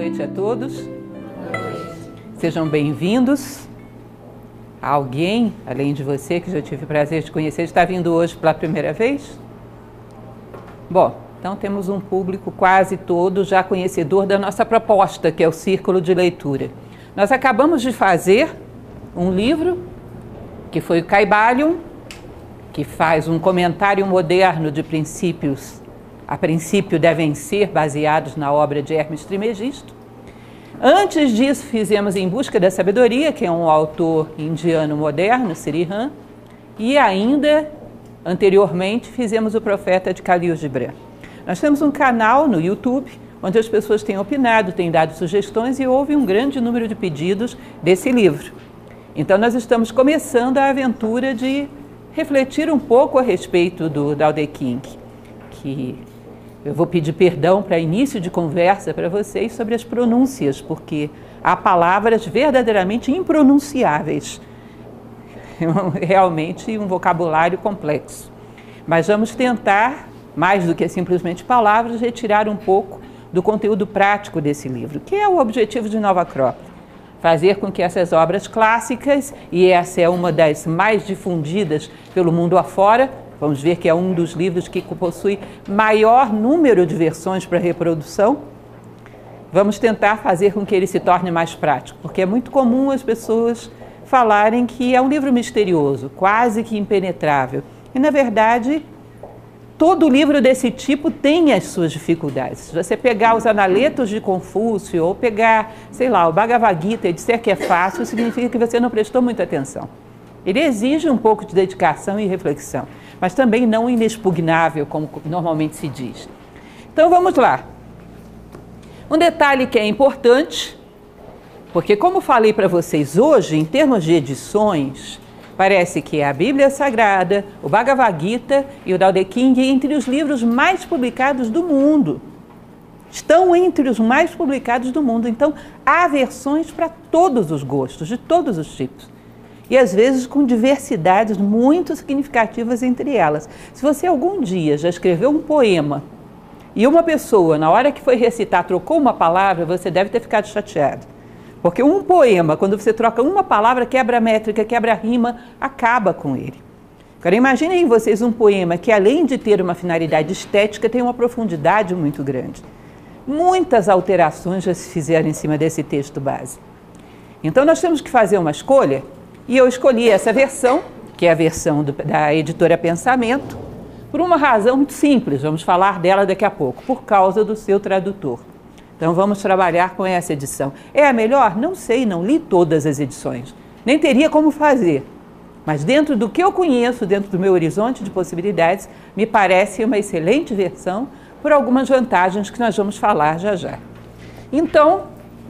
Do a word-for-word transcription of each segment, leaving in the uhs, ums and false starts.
noite a todos. Sejam bem-vindos. Alguém, além de você, que já tive o prazer de conhecer, está vindo hoje pela primeira vez? Bom, então temos um público quase todo já conhecedor da nossa proposta, que é o Círculo de Leitura. Nós acabamos de fazer um livro, que foi o Kybalion, que faz um comentário moderno de princípios, a princípio devem ser baseados na obra de Hermes Trismegisto. Antes disso, fizemos Em Busca da Sabedoria, que é um autor indiano moderno, Sri Ram, e ainda, anteriormente, fizemos O Profeta de Khalil Gibran. Nós temos um canal no YouTube, onde as pessoas têm opinado, têm dado sugestões e houve um grande número de pedidos desse livro. Então, nós estamos começando a aventura de refletir um pouco a respeito do Tao Te Ching, que eu vou pedir perdão para início de conversa para vocês sobre as pronúncias, porque há palavras verdadeiramente impronunciáveis. É realmente um vocabulário complexo. Mas vamos tentar, mais do que simplesmente palavras, retirar um pouco do conteúdo prático desse livro, que é o objetivo de Nova Acrópole. Fazer com que essas obras clássicas, e essa é uma das mais difundidas pelo mundo afora, vamos ver que é um dos livros que possui maior número de versões para reprodução. Vamos tentar fazer com que ele se torne mais prático, porque é muito comum as pessoas falarem que é um livro misterioso, quase que impenetrável. E, na verdade, todo livro desse tipo tem as suas dificuldades. Se você pegar os Analetos de Confúcio ou pegar, sei lá, o Bhagavad Gita e disser que é fácil, significa que você não prestou muita atenção. Ele exige um pouco de dedicação e reflexão, mas também não inexpugnável, como normalmente se diz. Então vamos lá. Um detalhe que é importante, porque como falei para vocês hoje, em termos de edições, parece que a Bíblia Sagrada, o Bhagavad Gita e o Tao Te Ching entre os livros mais publicados do mundo. Estão entre os mais publicados do mundo. Então, há versões para todos os gostos, de todos os tipos. E às vezes com diversidades muito significativas entre elas. Se você algum dia já escreveu um poema e uma pessoa, na hora que foi recitar, trocou uma palavra, você deve ter ficado chateado. Porque um poema, quando você troca uma palavra, quebra a métrica, quebra a rima, acaba com ele. Agora imaginem vocês um poema que, além de ter uma finalidade estética, tem uma profundidade muito grande. Muitas alterações já se fizeram em cima desse texto base. Então nós temos que fazer uma escolha, e eu escolhi essa versão, que é a versão do, da editora Pensamento, por uma razão muito simples, vamos falar dela daqui a pouco, por causa do seu tradutor. Então vamos trabalhar com essa edição. É a melhor? Não sei, não li todas as edições. Nem teria como fazer. Mas dentro do que eu conheço, dentro do meu horizonte de possibilidades, me parece uma excelente versão por algumas vantagens que nós vamos falar já já. Então,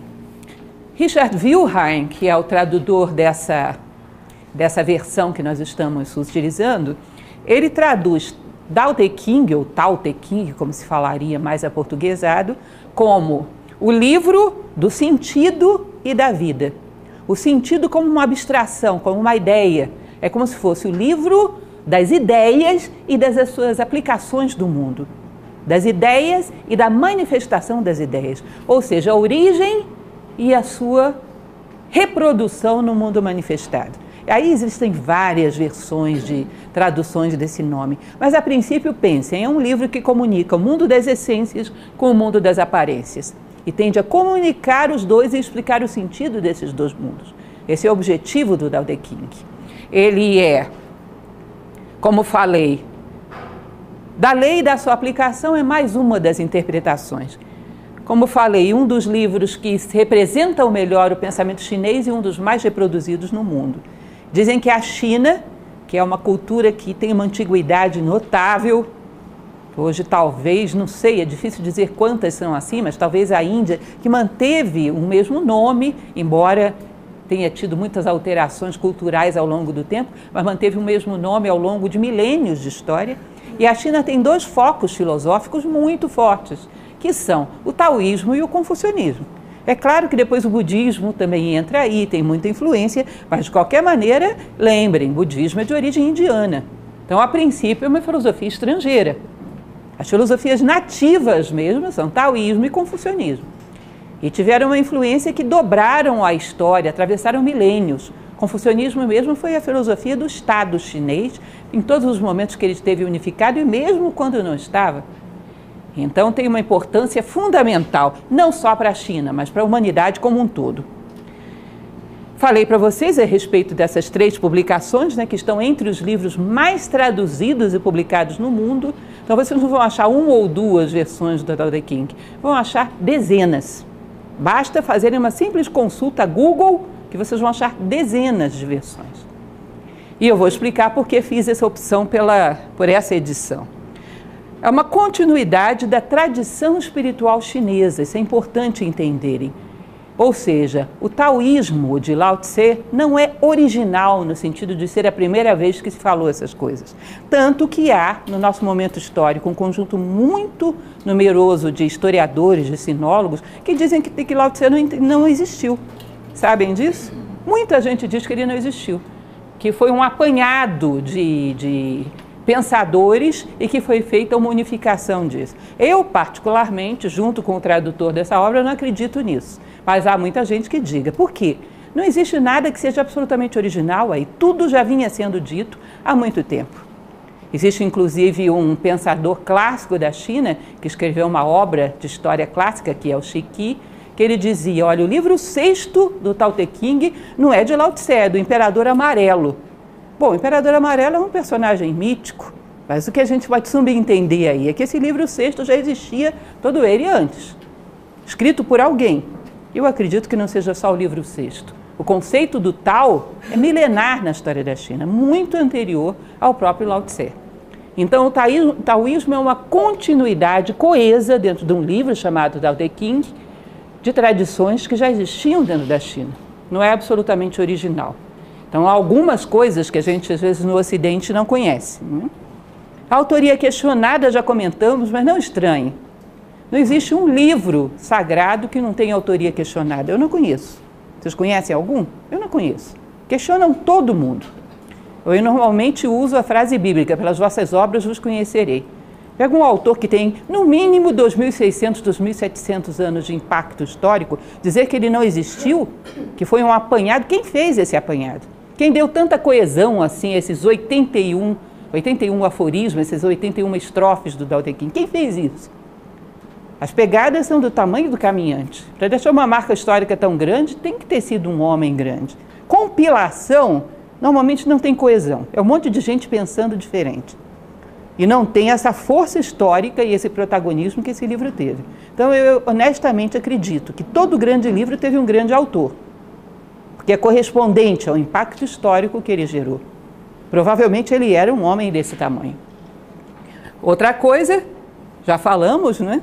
Richard Wilhelm, que é o tradutor dessa, dessa versão que nós estamos utilizando, ele traduz Tao Te Ching, ou Tao Te Ching, como se falaria mais aportuguesado, como o livro do sentido e da vida. O sentido como uma abstração, como uma ideia. É como se fosse o livro das ideias e das suas aplicações do mundo. Das ideias e da manifestação das ideias. Ou seja, a origem e a sua reprodução no mundo manifestado. Aí existem várias versões de traduções desse nome, mas a princípio pensem, é um livro que comunica o mundo das essências com o mundo das aparências e tende a comunicar os dois e explicar o sentido desses dois mundos. Esse é o objetivo do Tao Te Ching. Ele é, como falei, da lei e da sua aplicação é mais uma das interpretações. Como falei, um dos livros que representam melhor o pensamento chinês e um dos mais reproduzidos no mundo. Dizem que a China, que é uma cultura que tem uma antiguidade notável, hoje talvez, não sei, é difícil dizer quantas são assim, mas talvez a Índia, que manteve o mesmo nome, embora tenha tido muitas alterações culturais ao longo do tempo, mas manteve o mesmo nome ao longo de milênios de história. E a China tem dois focos filosóficos muito fortes, que são o taoísmo e o confucionismo. É claro que depois o budismo também entra aí, tem muita influência, mas de qualquer maneira, lembrem, o budismo é de origem indiana. Então, a princípio, é uma filosofia estrangeira. As filosofias nativas mesmo são taoísmo e confucionismo. e tiveram uma influência que dobraram a história, atravessaram milênios. O confucionismo mesmo foi a filosofia do Estado chinês, em todos os momentos que ele esteve unificado e mesmo quando não estava. Então tem uma importância fundamental, não só para a China, mas para a humanidade como um todo. Falei para vocês a respeito dessas três publicações, né, que estão entre os livros mais traduzidos e publicados no mundo. Então vocês não vão achar uma ou duas versões do Tao Te Ching, vão achar dezenas. Basta fazerem uma simples consulta Google que vocês vão achar dezenas de versões. E eu vou explicar por que fiz essa opção pela, por essa edição. É uma continuidade da tradição espiritual chinesa, isso é importante entenderem. Ou seja, o taoísmo de Lao Tse não é original no sentido de ser a primeira vez que se falou essas coisas. Tanto que há, no nosso momento histórico, um conjunto muito numeroso de historiadores, de sinólogos, que dizem que, que Lao Tse não, não existiu. Sabem disso? Muita gente diz que ele não existiu, que foi um apanhado de, de pensadores e que foi feita uma unificação disso. Eu, particularmente, junto com o tradutor dessa obra, não acredito nisso. Mas há muita gente que diga. Por quê? Não existe nada que seja absolutamente original aí. Tudo já vinha sendo dito há muito tempo. Existe, inclusive, um pensador clássico da China que escreveu uma obra de história clássica, que é o Shiki, que ele dizia, olha, o livro sexto do Tao Te Ching não é de Lao Tse, é do Imperador Amarelo. Bom, o Imperador Amarelo é um personagem mítico, mas o que a gente vai subentender aí é que esse livro sexto já existia todo ele antes, escrito por alguém. Eu acredito que não seja só o livro sexto. O conceito do Tao é milenar na história da China, muito anterior ao próprio Lao Tse. Então, o taoísmo é uma continuidade coesa dentro de um livro chamado Tao Te Ching, de tradições que já existiam dentro da China. Não é absolutamente original. Então, há algumas coisas que a gente, às vezes, no Ocidente não conhece. Né? A autoria questionada já comentamos, mas não estranhe. Não existe um livro sagrado que não tenha autoria questionada. Eu não conheço. Vocês conhecem algum? Eu não conheço. Questionam todo mundo. Eu normalmente uso a frase bíblica, pelas vossas obras vos conhecerei. Pega um autor que tem, no mínimo, dois mil e seiscentos, dois mil e setecentos anos de impacto histórico, dizer que ele não existiu, que foi um apanhado. Quem fez esse apanhado? Quem deu tanta coesão assim, esses oitenta e um, oitenta e um aforismos, essas oitenta e uma estrofes do Tao Te Ching? Quem fez isso? As pegadas são do tamanho do caminhante. Para deixar uma marca histórica tão grande, tem que ter sido um homem grande. Compilação, normalmente não tem coesão. É um monte de gente pensando diferente. E não tem essa força histórica e esse protagonismo que esse livro teve. Então, eu honestamente acredito que todo grande livro teve um grande autor, porque é correspondente ao impacto histórico que ele gerou. Provavelmente ele era um homem desse tamanho. Outra coisa, já falamos, não é?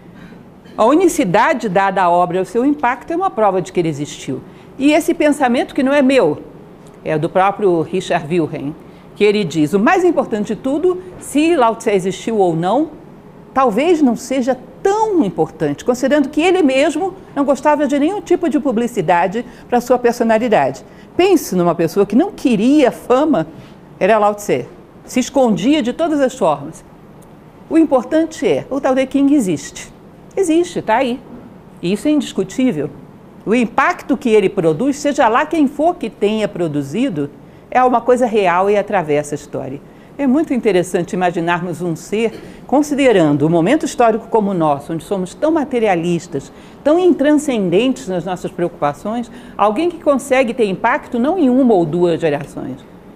A unicidade dada à obra e o seu impacto é uma prova de que ele existiu. E esse pensamento que não é meu, é do próprio Richard Wilhelm, que ele diz, o mais importante de tudo, se Lao Tse existiu ou não, talvez não seja tão importante, considerando que ele mesmo não gostava de nenhum tipo de publicidade para a sua personalidade. Pense numa pessoa que não queria fama, era Lao Tse, se escondia de todas as formas. O importante é, o Tao Te Ching existe. Existe, está aí. E isso é indiscutível. O impacto que ele produz, seja lá quem for que tenha produzido, é uma coisa real e atravessa a história. É muito interessante imaginarmos um ser, considerando o momento histórico como o nosso, onde somos tão materialistas, tão intranscendentes nas nossas preocupações, alguém que consegue ter impacto não em uma ou duas gerações.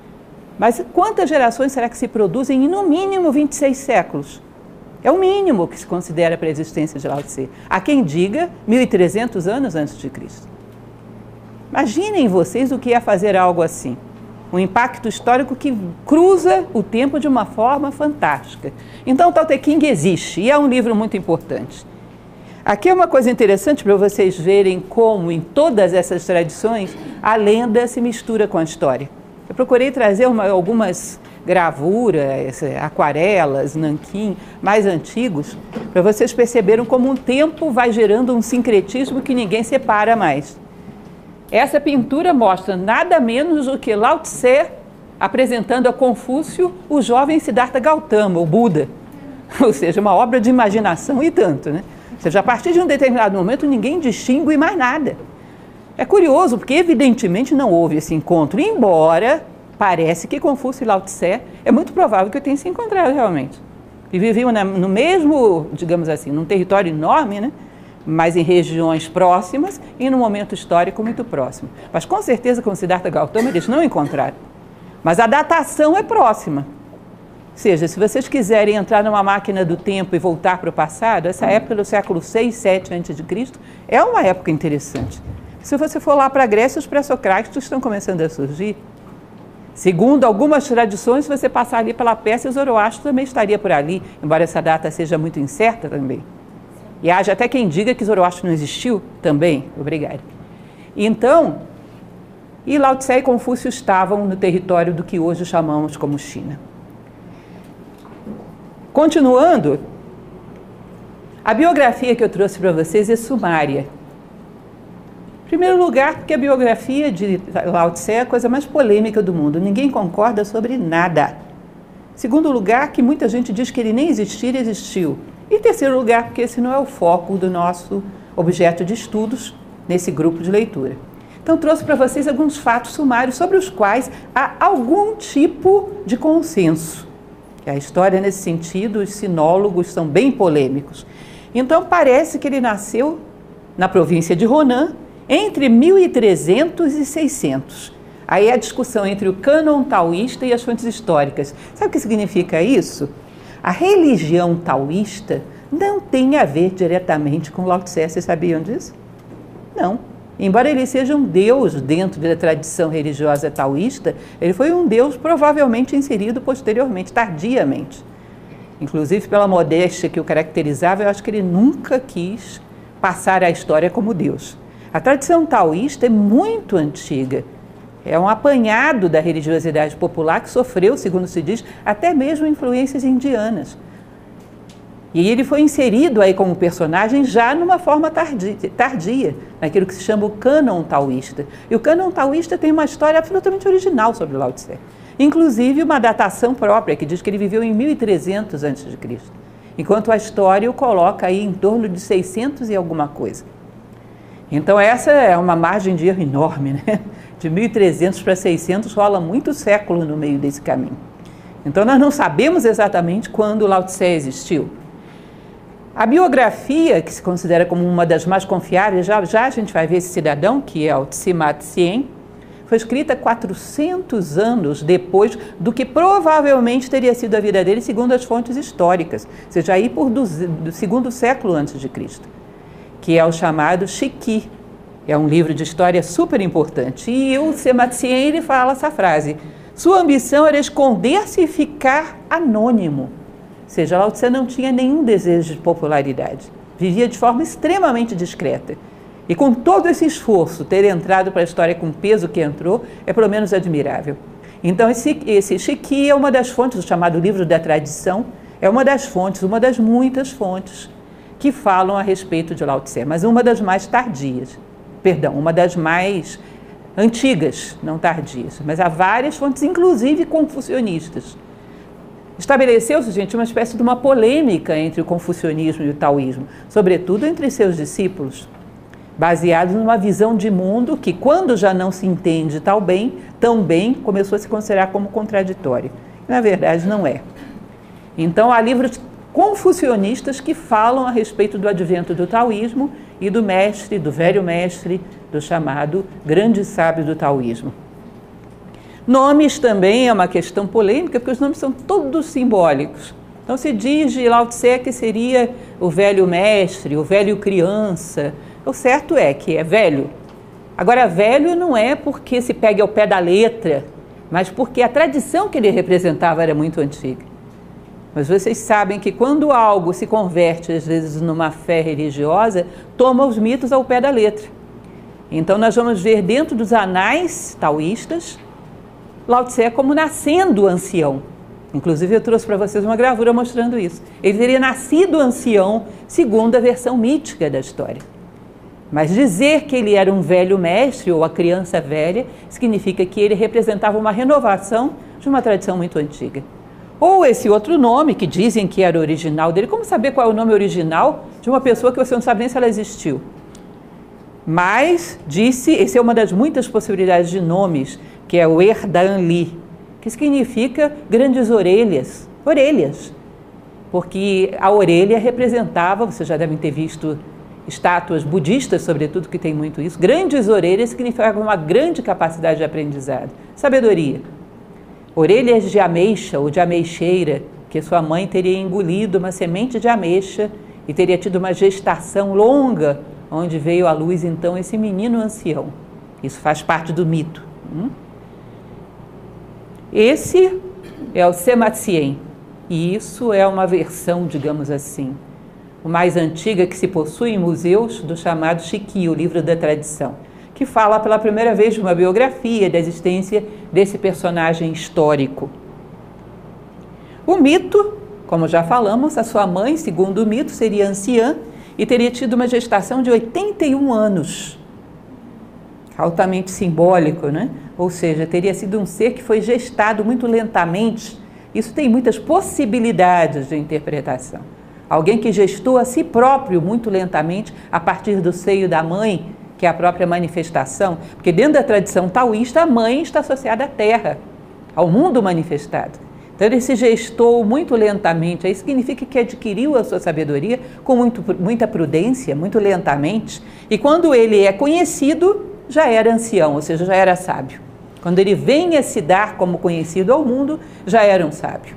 Mas quantas gerações será que se produzem em, no mínimo, vinte e seis séculos? É o mínimo que se considera para a existência de Lao Tse. Há quem diga mil e trezentos anos antes de Cristo. Imaginem vocês o que é fazer algo assim. Um impacto histórico que cruza o tempo de uma forma fantástica. Então, o Tao Te Ching existe e é um livro muito importante. Aqui é uma coisa interessante para vocês verem como, em todas essas tradições, a lenda se mistura com a história. Eu procurei trazer uma, algumas gravuras, aquarelas, nanquim, mais antigos, para vocês perceberem como o tempo vai gerando um sincretismo que ninguém separa mais. Essa pintura mostra nada menos do que Lao Tse apresentando a Confúcio o jovem Siddhartha Gautama, o Buda. Ou seja, uma obra de imaginação e tanto, né? seja, a partir de um determinado momento, ninguém distingue mais nada. É curioso, porque evidentemente não houve esse encontro, embora parece que Confúcio e Lao Tse é muito provável que tenham se encontrado realmente. E viviam na, no mesmo, digamos assim, num território enorme, né? Mas em regiões próximas e num momento histórico muito próximo. Mas com certeza com Siddhartha Gautama eles não encontraram. Mas a datação é próxima. Ou seja, se vocês quiserem entrar numa máquina do tempo e voltar para o passado, essa época do século seis, sete antes de Cristo é uma época interessante. Se você for lá para a Grécia, os pré-socráticos estão começando a surgir. Segundo algumas tradições, se você passar ali pela Pérsia, Zoroastro também estaria por ali, embora essa data seja muito incerta também. E haja até quem diga que Zoroastro não existiu também. Obrigada. Então, e Lao Tse e Confúcio estavam no território do que hoje chamamos como China. Continuando, a biografia que eu trouxe para vocês é sumária. Em primeiro lugar, porque a biografia de Lao Tse é a coisa mais polêmica do mundo. Ninguém concorda sobre nada. Em segundo lugar, que muita gente diz que ele nem existir, existiu. E em terceiro lugar, porque esse não é o foco do nosso objeto de estudos nesse grupo de leitura. Então, trouxe para vocês alguns fatos sumários sobre os quais há algum tipo de consenso. A história, nesse sentido, os sinólogos são bem polêmicos. Então, parece que ele nasceu na província de Honan, entre mil e trezentos e seiscentos. Aí a discussão entre o cânon taoísta e as fontes históricas. Sabe o que significa isso? A religião taoísta não tem a ver diretamente com Lao Tse. Vocês sabiam disso? Não. Embora ele seja um deus dentro da tradição religiosa taoísta, ele foi um deus provavelmente inserido posteriormente, tardiamente. Inclusive, pela modéstia que o caracterizava, eu acho que ele nunca quis passar a história como deus. A tradição taoísta é muito antiga. É um apanhado da religiosidade popular que sofreu, segundo se diz, até mesmo influências indianas. E ele foi inserido aí como personagem já numa forma tardia, tardia, naquilo que se chama o cânon taoísta. E o cânon taoísta tem uma história absolutamente original sobre Lao Tse. Inclusive uma datação própria, que diz que ele viveu em mil e trezentos antes de Cristo. Enquanto a história o coloca aí em torno de seiscentos e alguma coisa. Então essa é uma margem de erro enorme, né? De mil e trezentos para seiscentos rola muito século no meio desse caminho. Então nós não sabemos exatamente quando Lao Tse existiu. A biografia, que se considera como uma das mais confiáveis, já, já a gente vai ver esse cidadão, que é o Sima Tsien, foi escrita quatrocentos anos depois do que provavelmente teria sido a vida dele, segundo as fontes históricas, ou seja, aí por do, do segundo século antes de Cristo, que é o chamado Shiki. É um livro de história super importante. E o Sima Tsien, ele fala essa frase: sua ambição era esconder-se e ficar anônimo. Ou seja, Lao Tse não tinha nenhum desejo de popularidade. Vivia de forma extremamente discreta. E com todo esse esforço, ter entrado para a história com o peso que entrou, é pelo menos admirável. Então, esse, esse Shiki é uma das fontes, o chamado livro da tradição, é uma das fontes, uma das muitas fontes que falam a respeito de Lao Tse, mas uma das mais tardias. Perdão, uma das mais antigas, não tardias. Mas há várias fontes, inclusive confucionistas. Estabeleceu-se, gente, uma espécie de uma polêmica entre o confucionismo e o taoísmo, sobretudo entre seus discípulos, baseados numa visão de mundo que, quando já não se entende tão bem, tão bem, começou a se considerar como contraditório. Na verdade, não é. Então, há livros confucionistas que falam a respeito do advento do taoísmo e do mestre, do velho mestre, do chamado grande sábio do taoísmo. Nomes também é uma questão polêmica, porque os nomes são todos simbólicos. Então se diz de Lao Tse que seria o velho mestre, o velho criança. O certo é que é velho. Agora, velho não é porque se pegue ao pé da letra, mas porque a tradição que ele representava era muito antiga. Mas vocês sabem que quando algo se converte, às vezes, numa fé religiosa, toma os mitos ao pé da letra. Então nós vamos ver dentro dos anais taoístas, Lao Tse como nascendo ancião. Inclusive eu trouxe para vocês uma gravura mostrando isso. Ele teria nascido ancião, segundo a versão mítica da história. Mas dizer que ele era um velho mestre ou a criança velha, significa que ele representava uma renovação de uma tradição muito antiga. Ou esse outro nome, que dizem que era original dele. Como saber qual é o nome original de uma pessoa que você não sabe nem se ela existiu? Mas disse, essa é uma das muitas possibilidades de nomes, que é o Erdanli, que significa grandes orelhas, orelhas. Porque a orelha representava, vocês já devem ter visto estátuas budistas, sobretudo, que tem muito isso, grandes orelhas significavam uma grande capacidade de aprendizado, sabedoria. Orelhas de ameixa ou de ameixeira, que sua mãe teria engolido uma semente de ameixa e teria tido uma gestação longa, onde veio à luz então esse menino ancião. Isso faz parte do mito. Esse é o Sema-Tsien, e isso é uma versão, digamos assim, o mais antiga que se possui em museus, do chamado Shiki, o livro da tradição, que fala pela primeira vez de uma biografia da existência desse personagem histórico. O mito, como já falamos, a sua mãe, segundo o mito, seria anciã e teria tido uma gestação de oitenta e um anos. Altamente simbólico, né? Ou seja, teria sido um ser que foi gestado muito lentamente. Isso tem muitas possibilidades de interpretação. Alguém que gestou a si próprio muito lentamente a partir do seio da mãe, que é a própria manifestação, porque dentro da tradição taoísta a mãe está associada à terra, ao mundo manifestado. Então ele se gestou muito lentamente, aí significa que adquiriu a sua sabedoria com muito, muita prudência, muito lentamente, e quando ele é conhecido, já era ancião, ou seja, já era sábio. Quando ele vem a se dar como conhecido ao mundo, já era um sábio.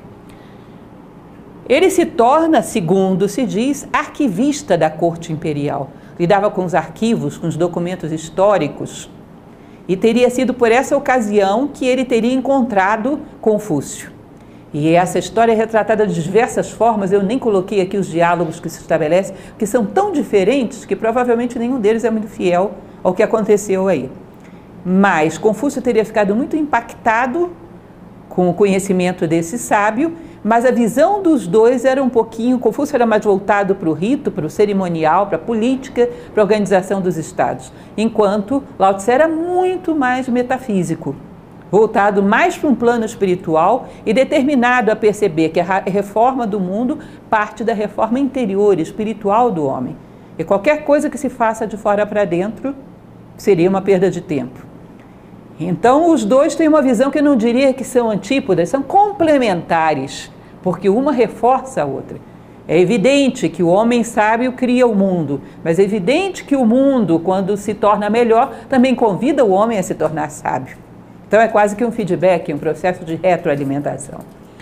Ele se torna, segundo se diz, arquivista da corte imperial. Lidava com os arquivos, com os documentos históricos, e teria sido por essa ocasião que ele teria encontrado Confúcio. E essa história é retratada de diversas formas, eu nem coloquei aqui os diálogos que se estabelecem, que são tão diferentes que provavelmente nenhum deles é muito fiel ao que aconteceu aí. Mas Confúcio teria ficado muito impactado com o conhecimento desse sábio, mas a visão dos dois era um pouquinho, Confúcio era mais voltado para o rito, para o cerimonial, para a política, para a organização dos estados, enquanto Lao Tse era muito mais metafísico, voltado mais para um plano espiritual e determinado a perceber que a reforma do mundo parte da reforma interior, espiritual do homem. E qualquer coisa que se faça de fora para dentro seria uma perda de tempo. Então, os dois têm uma visão que eu não diria que são antípodas, são complementares, porque uma reforça a outra. É evidente que o homem sábio cria o mundo, mas é evidente que o mundo, quando se torna melhor, também convida o homem a se tornar sábio. Então, é quase que um feedback, um processo de retroalimentação.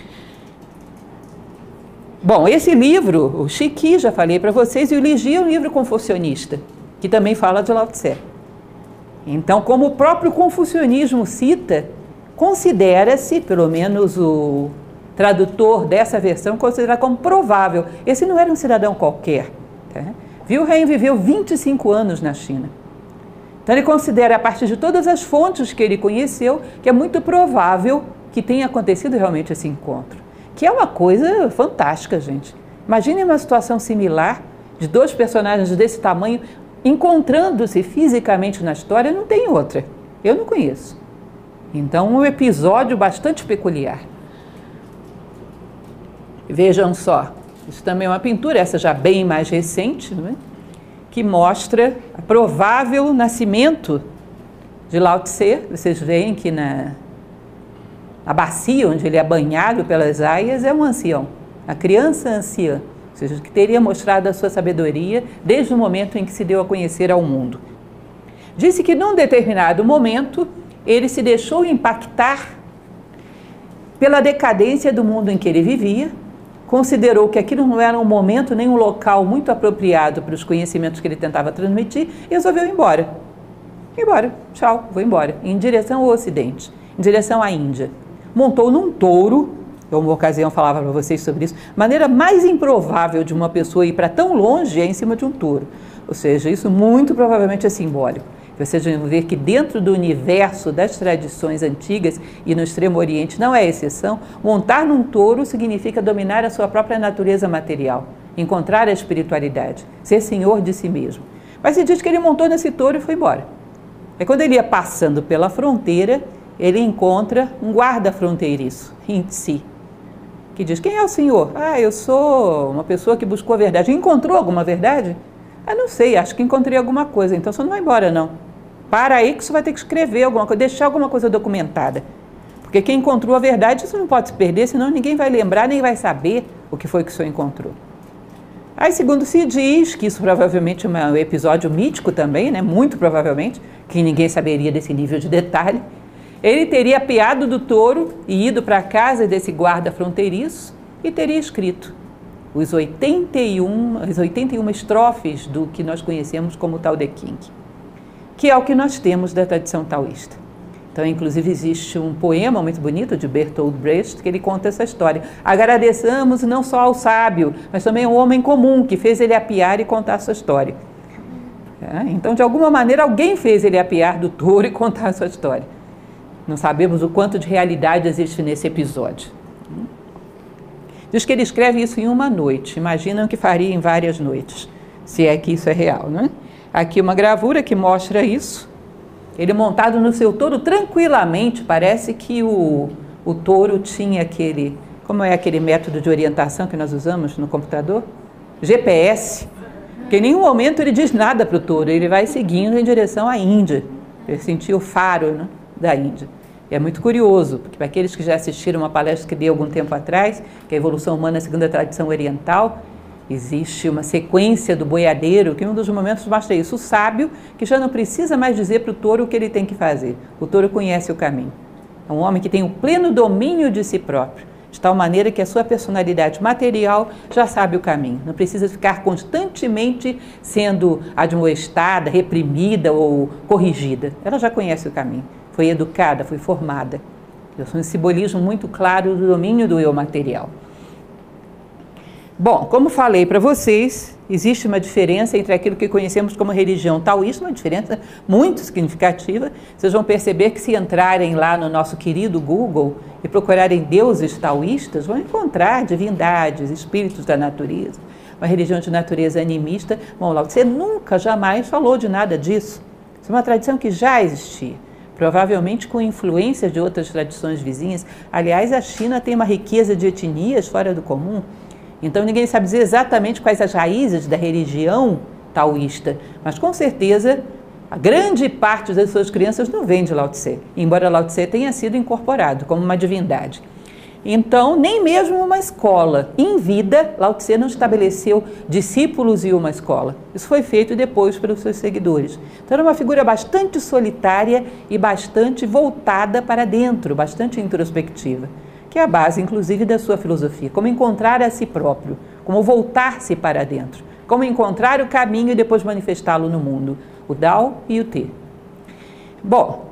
Bom, esse livro, o Shiki, já falei para vocês, e o Ligi é um livro confucionista, que também fala de Lao Tse. Então, como o próprio confucionismo cita, considera-se, pelo menos o tradutor dessa versão, considera como provável. Esse não era um cidadão qualquer. Tá? Wilhelm viveu vinte e cinco anos na China. Então, ele considera, a partir de todas as fontes que ele conheceu, que é muito provável que tenha acontecido realmente esse encontro. Que é uma coisa fantástica, gente. Imagine uma situação similar de dois personagens desse tamanho encontrando-se fisicamente na história, não tem outra. Eu não conheço. Então, um episódio bastante peculiar. Vejam só, isso também é uma pintura, essa já bem mais recente, não é? Que mostra o provável nascimento de Lao Tse. Vocês veem que na, na bacia onde ele é banhado pelas aias é um ancião, a criança anciã, ou seja, que teria mostrado a sua sabedoria desde o momento em que se deu a conhecer ao mundo. Disse que num determinado momento ele se deixou impactar pela decadência do mundo em que ele vivia, considerou que aquilo não era um momento nem um local muito apropriado para os conhecimentos que ele tentava transmitir e resolveu ir embora. Embora, tchau, vou embora, em direção ao Ocidente, em direção à Índia. Montou num touro. Eu, uma ocasião, falava para vocês sobre isso. A maneira mais improvável de uma pessoa ir para tão longe é em cima de um touro. Ou seja, isso muito provavelmente é simbólico. Vocês vão ver que dentro do universo das tradições antigas e no Extremo Oriente não é exceção, montar num touro significa dominar a sua própria natureza material, encontrar a espiritualidade, ser senhor de si mesmo. Mas se diz que ele montou nesse touro e foi embora. É quando ele ia passando pela fronteira, ele encontra um guarda fronteiriço, Hintsi. que diz, quem é o senhor? Ah, eu sou uma pessoa que buscou a verdade. Encontrou alguma verdade? Ah, não sei, acho que encontrei alguma coisa. Então você não vai embora, não. Para aí que você vai ter que escrever alguma coisa, deixar alguma coisa documentada. Porque quem encontrou a verdade, isso não pode se perder, senão ninguém vai lembrar, nem vai saber o que foi que o senhor encontrou. Aí, segundo se diz, que isso provavelmente é um episódio mítico também, né? Muito provavelmente, que ninguém saberia desse nível de detalhe, ele teria apeado do touro e ido para a casa desse guarda fronteiriço e teria escrito os oitenta e um, as oitenta e uma estrofes do que nós conhecemos como Tao Te Ching, que é o que nós temos da tradição taoísta. Então, inclusive, existe um poema muito bonito de Bertolt Brecht que ele conta essa história. Agradeçamos não só ao sábio, mas também ao homem comum que fez ele apiar e contar a sua história. É, então, de alguma maneira, alguém fez ele apiar do touro e contar a sua história. Não sabemos o quanto de realidade existe nesse episódio. Diz que ele escreve isso em uma noite. Imaginam que faria em várias noites, se é que isso é real, não é? Aqui uma gravura que mostra isso. Ele montado no seu touro tranquilamente, parece que o, o touro tinha aquele, como é aquele método de orientação que nós usamos no computador? G P S, que em nenhum momento ele diz nada para o touro, ele vai seguindo em direção à Índia, ele sentiu o faro, né, da Índia. E é muito curioso, porque para aqueles que já assistiram uma palestra que dei algum tempo atrás, que é a evolução humana segundo a tradição oriental, existe uma sequência do boiadeiro, que em um dos momentos mostra isso, o sábio, que já não precisa mais dizer para o touro o que ele tem que fazer. O touro conhece o caminho. É um homem que tem o pleno domínio de si próprio, de tal maneira que a sua personalidade material já sabe o caminho. Não precisa ficar constantemente sendo admoestada, reprimida ou corrigida. Ela já conhece o caminho. Foi educada, foi formada. Isso é um simbolismo muito claro do domínio do eu material. Bom, como falei para vocês, existe uma diferença entre aquilo que conhecemos como religião taoísta, uma diferença muito significativa. Vocês vão perceber que se entrarem lá no nosso querido Google e procurarem deuses taoístas, vão encontrar divindades, espíritos da natureza, uma religião de natureza animista. Bom, Lao Tse nunca, jamais falou de nada disso. Isso é uma tradição que já existia, provavelmente com influência de outras tradições vizinhas. Aliás, a China tem uma riqueza de etnias fora do comum. Então, ninguém sabe dizer exatamente quais as raízes da religião taoísta, mas com certeza a grande parte das suas crianças não vem de Lao Tse, embora Lao Tse tenha sido incorporado como uma divindade. Então, nem mesmo uma escola. Em vida, Lao Tse não estabeleceu discípulos e uma escola. Isso foi feito depois pelos seus seguidores. Então, era uma figura bastante solitária e bastante voltada para dentro, bastante introspectiva, que é a base, inclusive, da sua filosofia. Como encontrar a si próprio, como voltar-se para dentro, como encontrar o caminho e depois manifestá-lo no mundo. O Dao e o Te. Bom,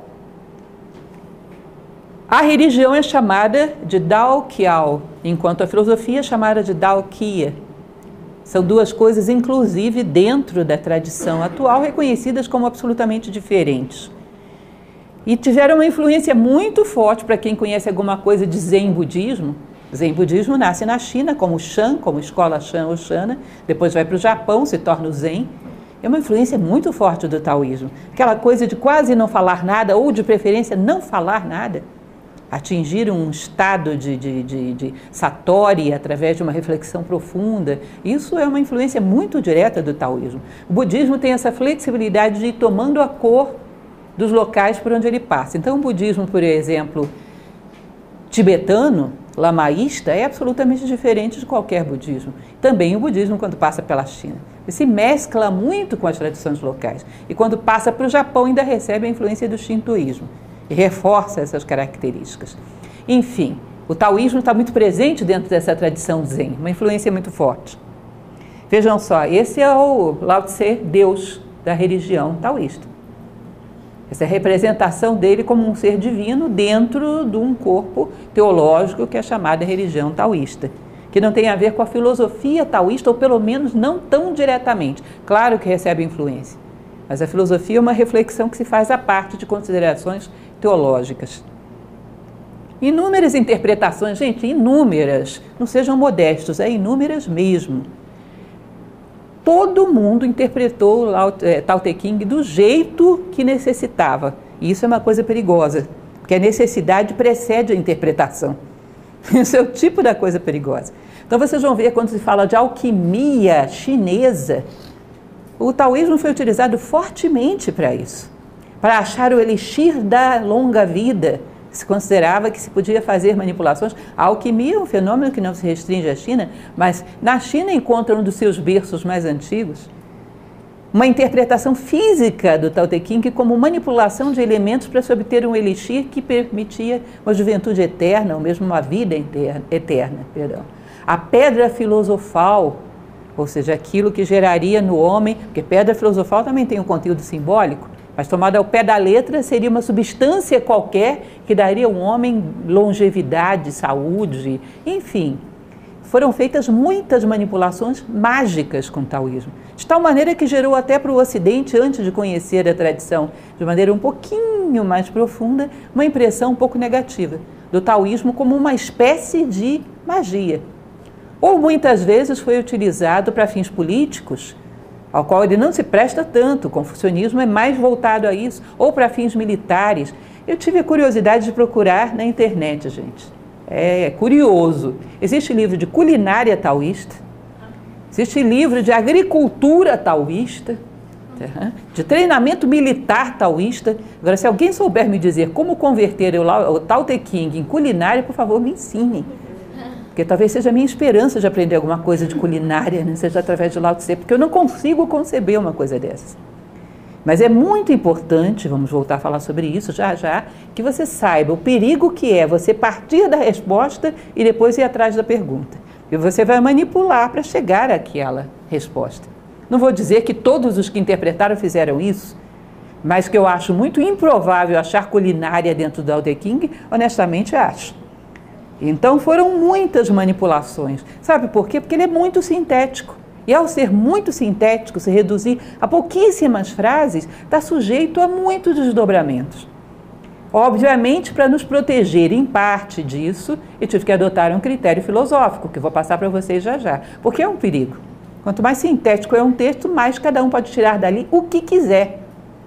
a religião é chamada de Dao Qiao, enquanto a filosofia é chamada de Dao Qia. São duas coisas, inclusive, dentro da tradição atual, reconhecidas como absolutamente diferentes. E tiveram uma influência muito forte para quem conhece alguma coisa de Zen budismo. Zen budismo nasce na China como Shan, como escola Shan ou Shana, depois vai para o Japão, se torna o Zen. É uma influência muito forte do taoísmo. Aquela coisa de quase não falar nada, ou de preferência não falar nada. Atingir um estado de, de, de, de satori através de uma reflexão profunda. Isso é uma influência muito direta do taoísmo. O budismo tem essa flexibilidade de ir tomando a cor dos locais por onde ele passa. Então, o budismo, por exemplo, tibetano, lamaísta, é absolutamente diferente de qualquer budismo. Também o budismo, quando passa pela China, ele se mescla muito com as tradições locais. E quando passa para o Japão, ainda recebe a influência do shintoísmo e reforça essas características. Enfim, o taoísmo está muito presente dentro dessa tradição zen, uma influência muito forte. Vejam só, esse é o Lao Tse, Deus da religião taoísta. Essa é a representação dele como um ser divino dentro de um corpo teológico que é chamada religião taoísta, que não tem a ver com a filosofia taoísta, ou pelo menos não tão diretamente. Claro que recebe influência, mas a filosofia é uma reflexão que se faz à parte de considerações teológicas. Inúmeras interpretações, gente, inúmeras, não sejam modestos, é inúmeras mesmo. Todo mundo interpretou o Tao Te Ching do jeito que necessitava. E isso é uma coisa perigosa, porque a necessidade precede a interpretação. Esse é o tipo da coisa perigosa. Então vocês vão ver quando se fala de alquimia chinesa, o taoísmo foi utilizado fortemente para isso, para achar o elixir da longa vida. Se considerava que se podia fazer manipulações. A alquimia é um fenômeno que não se restringe à China, mas na China encontra um dos seus berços mais antigos uma interpretação física do Tao Te Ching como manipulação de elementos para se obter um elixir que permitia uma juventude eterna, ou mesmo uma vida eterna. eterna perdão. A pedra filosofal, ou seja, aquilo que geraria no homem, porque pedra filosofal também tem um conteúdo simbólico, mas tomada ao pé da letra seria uma substância qualquer que daria ao homem longevidade, saúde, enfim. Foram feitas muitas manipulações mágicas com o taoísmo, de tal maneira que gerou até para o Ocidente, antes de conhecer a tradição de maneira um pouquinho mais profunda, uma impressão um pouco negativa do taoísmo como uma espécie de magia. Ou muitas vezes foi utilizado para fins políticos, ao qual ele não se presta tanto, o confucionismo é mais voltado a isso, ou para fins militares. Eu tive a curiosidade de procurar na internet, gente. É curioso. Existe livro de culinária taoísta, existe livro de agricultura taoísta, de treinamento militar taoísta. Agora, se alguém souber me dizer como converter o Tao Te Ching em culinária, por favor, me ensine. Porque talvez seja a minha esperança de aprender alguma coisa de culinária, né? Seja através de Lao Tse, porque eu não consigo conceber uma coisa dessas. Mas é muito importante, vamos voltar a falar sobre isso já já, que você saiba o perigo que é você partir da resposta e depois ir atrás da pergunta. E você vai manipular para chegar àquela resposta. Não vou dizer que todos os que interpretaram fizeram isso, mas que eu acho muito improvável achar culinária dentro do Tao Te Ching, honestamente acho. Então foram muitas manipulações. Sabe por quê? Porque ele é muito sintético. E ao ser muito sintético, se reduzir a pouquíssimas frases, está sujeito a muitos desdobramentos. Obviamente, para nos proteger em parte disso, eu tive que adotar um critério filosófico, que eu vou passar para vocês já já, porque é um perigo. Quanto mais sintético é um texto, mais cada um pode tirar dali o que quiser.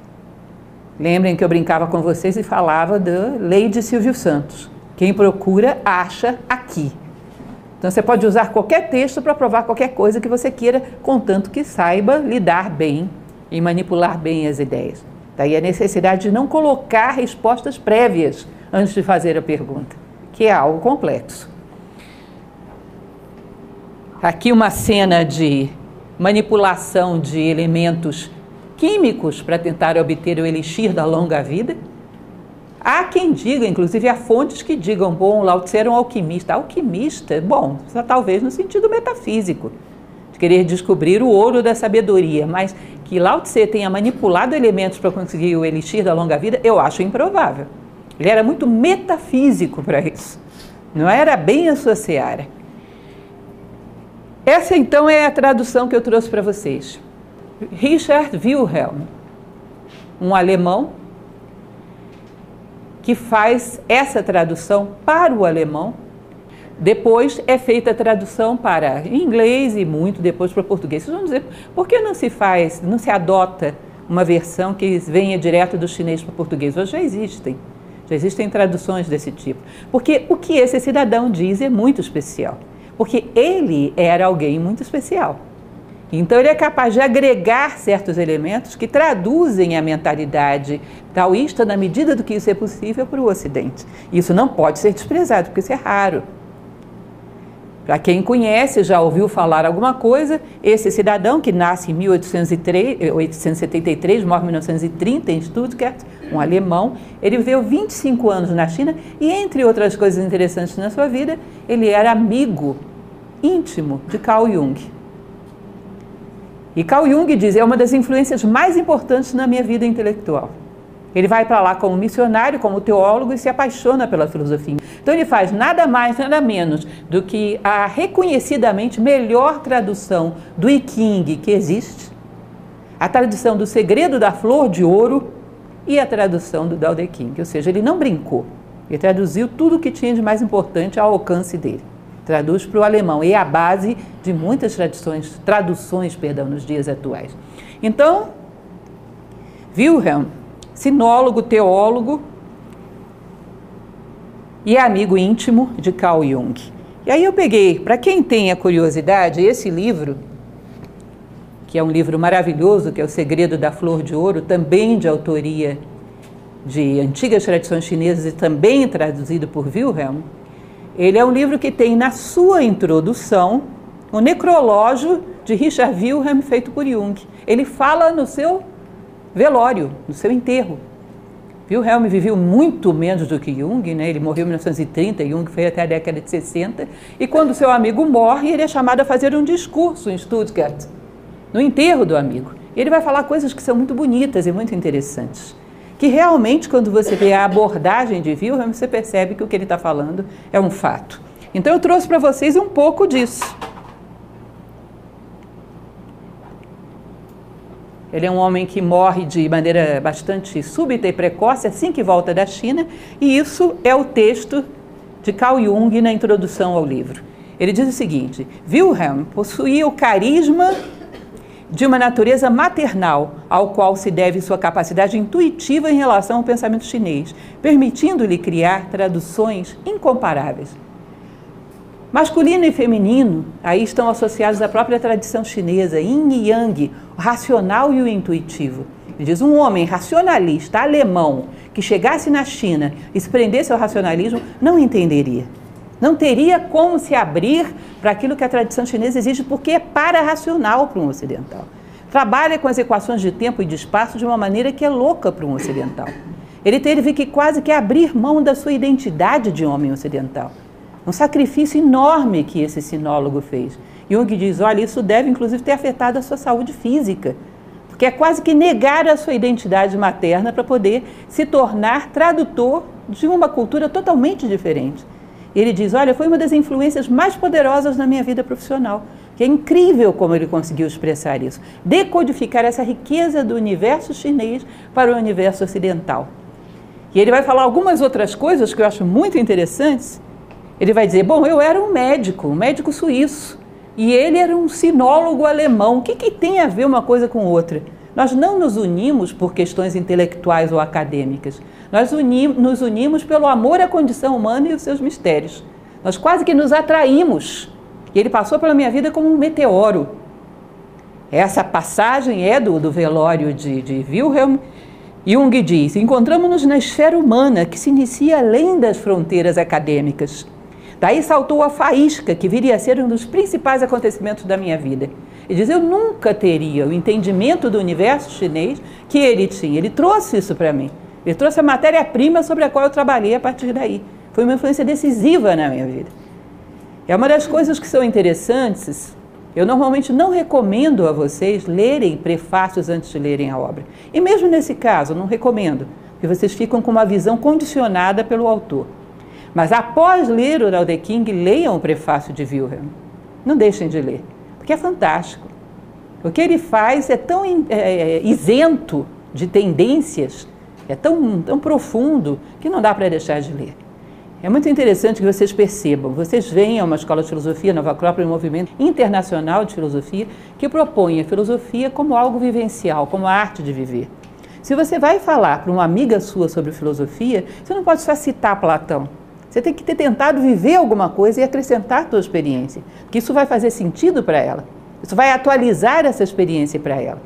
Lembrem que eu brincava com vocês e falava da lei de Silvio Santos. Quem procura, acha aqui. Então, você pode usar qualquer texto para provar qualquer coisa que você queira, contanto que saiba lidar bem e manipular bem as ideias. Daí a necessidade de não colocar respostas prévias antes de fazer a pergunta, que é algo complexo. Aqui uma cena de manipulação de elementos químicos para tentar obter o elixir da longa vida. Há quem diga, inclusive há fontes que digam, bom, Lao Tse era um alquimista. Alquimista, bom, só talvez no sentido metafísico, de querer descobrir o ouro da sabedoria, mas que Lao Tse tenha manipulado elementos para conseguir o elixir da longa vida, eu acho improvável. Ele era muito metafísico para isso, não era bem a sua seara. Essa então é a tradução que eu trouxe para vocês. Richard Wilhelm, um alemão, que faz essa tradução para o alemão. Depois é feita a tradução para inglês e muito depois para português. Vocês vão dizer, por que não se faz, não se adota uma versão que venha direto do chinês para o português? Hoje já existem, já existem traduções desse tipo. Porque o que esse cidadão diz é muito especial, porque ele era alguém muito especial. Então ele é capaz de agregar certos elementos que traduzem a mentalidade taoísta na medida do que isso é possível para o Ocidente. Isso não pode ser desprezado, porque isso é raro. Para quem conhece, já ouviu falar alguma coisa, esse cidadão que nasce em mil oitocentos e setenta e três, morre em mil novecentos e trinta em Stuttgart, um alemão, ele viveu vinte e cinco anos na China e, entre outras coisas interessantes na sua vida, ele era amigo íntimo de Carl Jung. E Carl Jung diz, é uma das influências mais importantes na minha vida intelectual. Ele vai para lá como missionário, como teólogo e se apaixona pela filosofia. Então ele faz nada mais, nada menos do que a reconhecidamente melhor tradução do I Ching que existe, a tradução do Segredo da Flor de Ouro e a tradução do Tao Te Ching. Ou seja, ele não brincou, ele traduziu tudo o que tinha de mais importante ao alcance dele. Traduz para o alemão, e é a base de muitas tradições, traduções perdão, nos dias atuais. Então, Wilhelm, sinólogo, teólogo, e é amigo íntimo de Carl Jung. E aí eu peguei, para quem tem a curiosidade, esse livro, que é um livro maravilhoso, que é O Segredo da Flor de Ouro, também de autoria de antigas tradições chinesas e também traduzido por Wilhelm. Ele é um livro que tem na sua introdução o necrológio de Richard Wilhelm feito por Jung. Ele fala no seu velório, no seu enterro. Wilhelm viveu muito menos do que Jung, né? Ele morreu em mil novecentos e trinta, Jung foi até a década de sessenta, e quando seu amigo morre, ele é chamado a fazer um discurso em Stuttgart, no enterro do amigo. Ele vai falar coisas que são muito bonitas e muito interessantes, que realmente, quando você vê a abordagem de Wilhelm, você percebe que o que ele está falando é um fato. Então eu trouxe para vocês um pouco disso. Ele é um homem que morre de maneira bastante súbita e precoce assim que volta da China, e isso é o texto de Carl Jung na introdução ao livro. Ele diz o seguinte: Wilhelm possuía o carisma de uma natureza maternal, ao qual se deve sua capacidade intuitiva em relação ao pensamento chinês, permitindo-lhe criar traduções incomparáveis. Masculino e feminino, aí estão associados à própria tradição chinesa, yin e yang, o racional e o intuitivo. Ele diz, um homem racionalista alemão que chegasse na China e se prendesse ao racionalismo, não entenderia. Não teria como se abrir para aquilo que a tradição chinesa exige, porque é para-racional para um ocidental. Trabalha com as equações de tempo e de espaço de uma maneira que é louca para um ocidental. Ele teve que quase que abrir mão da sua identidade de homem ocidental. Um sacrifício enorme que esse sinólogo fez. Jung diz, olha, isso deve inclusive ter afetado a sua saúde física, porque é quase que negar a sua identidade materna para poder se tornar tradutor de uma cultura totalmente diferente. Ele diz, olha, foi uma das influências mais poderosas na minha vida profissional, que é incrível como ele conseguiu expressar isso, decodificar essa riqueza do universo chinês para o universo ocidental. E ele vai falar algumas outras coisas que eu acho muito interessantes. Ele vai dizer, bom, eu era um médico, um médico suíço, e ele era um sinólogo alemão. O que, que tem a ver uma coisa com outra? Nós não nos unimos por questões intelectuais ou acadêmicas. Nós unim, nos unimos pelo amor à condição humana e os seus mistérios. Nós quase que nos atraímos. E ele passou pela minha vida como um meteoro. Essa passagem é do, do velório de, de Wilhelm. Jung diz, encontramos-nos na esfera humana que se inicia além das fronteiras acadêmicas. Daí saltou a faísca, que viria a ser um dos principais acontecimentos da minha vida. Ele diz, eu nunca teria o entendimento do universo chinês que ele tinha. Ele trouxe isso para mim. Ele trouxe a matéria-prima sobre a qual eu trabalhei a partir daí. Foi uma influência decisiva na minha vida. É uma das coisas que são interessantes. Eu normalmente não recomendo a vocês lerem prefácios antes de lerem a obra. E mesmo nesse caso, não recomendo, porque vocês ficam com uma visão condicionada pelo autor. Mas após ler o Tao Te Ching, leiam o prefácio de Wilhelm. Não deixem de ler, porque é fantástico. O que ele faz é tão é, isento de tendências, é tão, tão profundo, que não dá para deixar de ler. É muito interessante que vocês percebam, vocês veem uma escola de filosofia, Nova Acrópole, um movimento internacional de filosofia, que propõe a filosofia como algo vivencial, como a arte de viver. Se você vai falar para uma amiga sua sobre filosofia, você não pode só citar Platão. Você tem que ter tentado viver alguma coisa e acrescentar a sua experiência, porque isso vai fazer sentido para ela. Isso vai atualizar essa experiência para ela.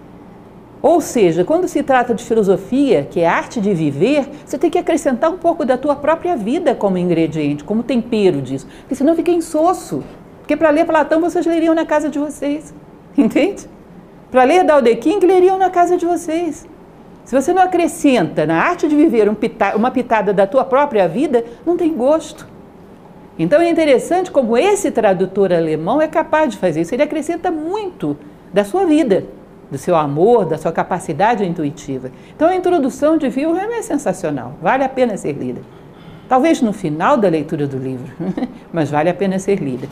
Ou seja, quando se trata de filosofia, que é a arte de viver, você tem que acrescentar um pouco da tua própria vida como ingrediente, como tempero disso, porque senão fica insosso. Porque para ler Platão vocês leriam na casa de vocês, entende? Para ler Tao Te Ching, leriam na casa de vocês. Se você não acrescenta na arte de viver um pita, uma pitada da tua própria vida, não tem gosto. Então é interessante como esse tradutor alemão é capaz de fazer isso. Ele acrescenta muito da sua vida, do seu amor, da sua capacidade intuitiva. Então a introdução de Wilhelm é sensacional, vale a pena ser lida. Talvez no final da leitura do livro, mas vale a pena ser lida.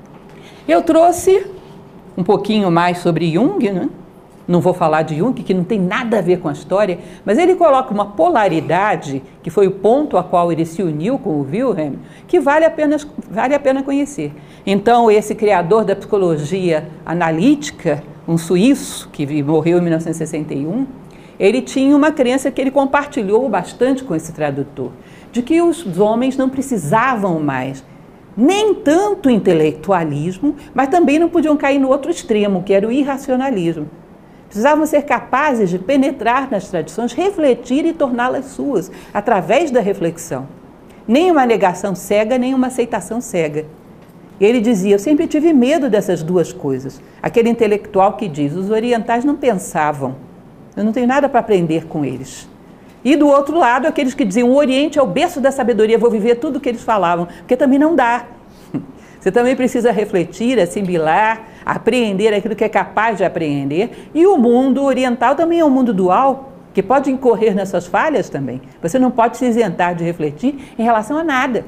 Eu trouxe um pouquinho mais sobre Jung, né? Não vou falar de Jung, que não tem nada a ver com a história, mas ele coloca uma polaridade, que foi o ponto a qual ele se uniu com o Wilhelm, que vale a pena, vale a pena conhecer. Então, esse criador da psicologia analítica, um suíço, que morreu em mil novecentos e sessenta e um, ele tinha uma crença que ele compartilhou bastante com esse tradutor, de que os homens não precisavam mais nem tanto intelectualismo, mas também não podiam cair no outro extremo, que era o irracionalismo. Precisavam ser capazes de penetrar nas tradições, refletir e torná-las suas, através da reflexão. Nem uma negação cega, nem uma aceitação cega. E ele dizia, eu sempre tive medo dessas duas coisas. Aquele intelectual que diz, os orientais não pensavam, eu não tenho nada para aprender com eles. E do outro lado, aqueles que diziam, o Oriente é o berço da sabedoria, vou viver tudo o que eles falavam, porque também não dá. Você também precisa refletir, assimilar, apreender aquilo que é capaz de apreender. E o mundo oriental também é um mundo dual, que pode incorrer nas suas falhas também. Você não pode se isentar de refletir em relação a nada.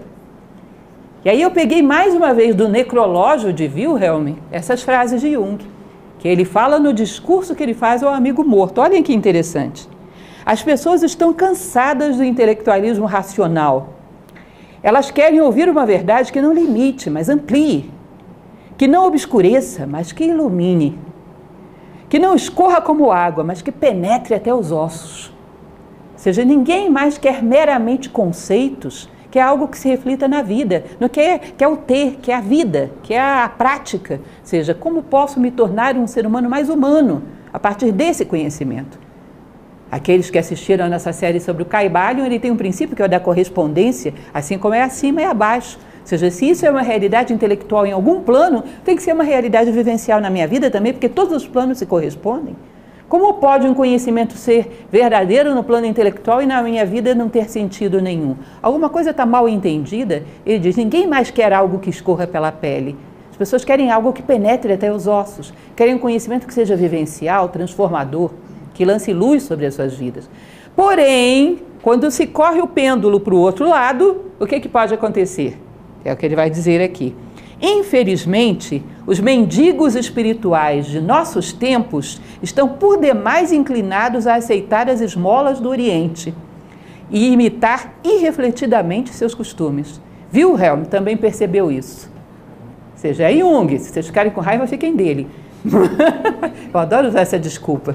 E aí eu peguei mais uma vez do necrológio de Wilhelm essas frases de Jung, que ele fala no discurso que ele faz ao amigo morto. Olhem que interessante. As pessoas estão cansadas do intelectualismo racional. Elas querem ouvir uma verdade que não limite, mas amplie. Que não obscureça, mas que ilumine. Que não escorra como água, mas que penetre até os ossos. Ou seja, ninguém mais quer meramente conceitos, que é algo que se reflita na vida, no que é, que é o ter, que é a vida, que é a prática. Ou seja, como posso me tornar um ser humano mais humano a partir desse conhecimento? Aqueles que assistiram a nossa série sobre o Caibalion, ele tem um princípio que é o da correspondência, assim como é acima e abaixo. Ou seja, se isso é uma realidade intelectual em algum plano, tem que ser uma realidade vivencial na minha vida também, porque todos os planos se correspondem. Como pode um conhecimento ser verdadeiro no plano intelectual e na minha vida não ter sentido nenhum? Alguma coisa está mal entendida? Ele diz, ninguém mais quer algo que escorra pela pele. As pessoas querem algo que penetre até os ossos, querem um conhecimento que seja vivencial, transformador, que lance luz sobre as suas vidas. Porém, quando se corre o pêndulo para o outro lado, o que, que pode acontecer? É o que ele vai dizer aqui. Infelizmente, os mendigos espirituais de nossos tempos estão por demais inclinados a aceitar as esmolas do Oriente e imitar irrefletidamente seus costumes. Wilhelm também percebeu isso. Ou seja, é Jung, se vocês ficarem com raiva, fiquem dele. Eu adoro usar essa desculpa.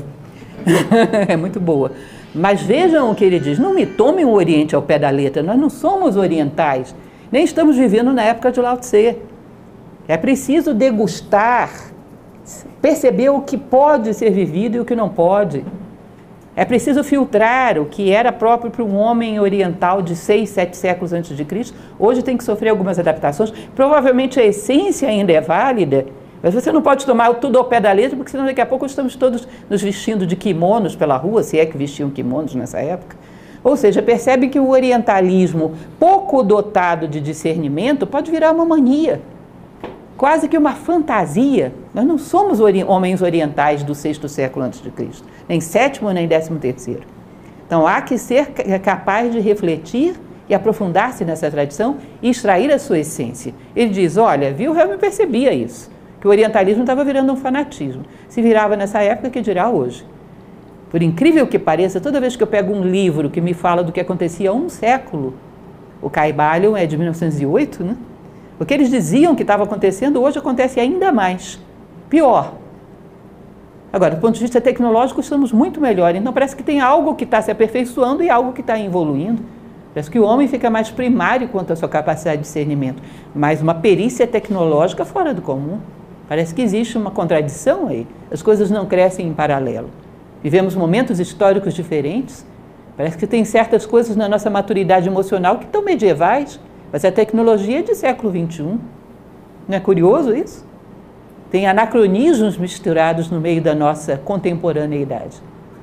É muito boa. Mas vejam o que ele diz, não me tomem o Oriente ao pé da letra, nós não somos orientais, nem estamos vivendo na época de Lao Tse. É preciso degustar, perceber o que pode ser vivido e o que não pode. É preciso filtrar o que era próprio para um homem oriental de seis, sete séculos antes de Cristo. Hoje tem que sofrer algumas adaptações. Provavelmente a essência ainda é válida, mas você não pode tomar tudo ao pé da letra, porque senão daqui a pouco estamos todos nos vestindo de kimonos pela rua, se é que vestiam kimonos nessa época. Ou seja, percebe que o orientalismo pouco dotado de discernimento pode virar uma mania, quase que uma fantasia. Nós não somos ori- homens orientais do sexto século antes de Cristo, nem sétimo nem décimo terceiro. Então há que ser capaz de refletir e aprofundar-se nessa tradição e extrair a sua essência. Ele diz, olha, Wilhelm percebia isso, que o orientalismo estava virando um fanatismo. Se virava nessa época, que dirá hoje? Por incrível que pareça, toda vez que eu pego um livro que me fala do que acontecia há um século, o Caibalion é de mil novecentos e oito, né? O que eles diziam que estava acontecendo, hoje acontece ainda mais. Pior. Agora, do ponto de vista tecnológico, estamos muito melhor. Então, parece que tem algo que está se aperfeiçoando e algo que está evoluindo. Parece que o homem fica mais primário quanto à sua capacidade de discernimento. Mas uma perícia tecnológica fora do comum. Parece que existe uma contradição aí. As coisas não crescem em paralelo. Vivemos momentos históricos diferentes. Parece que tem certas coisas na nossa maturidade emocional que estão medievais. Mas a tecnologia é de século vinte e um. Não é curioso isso? Tem anacronismos misturados no meio da nossa contemporaneidade.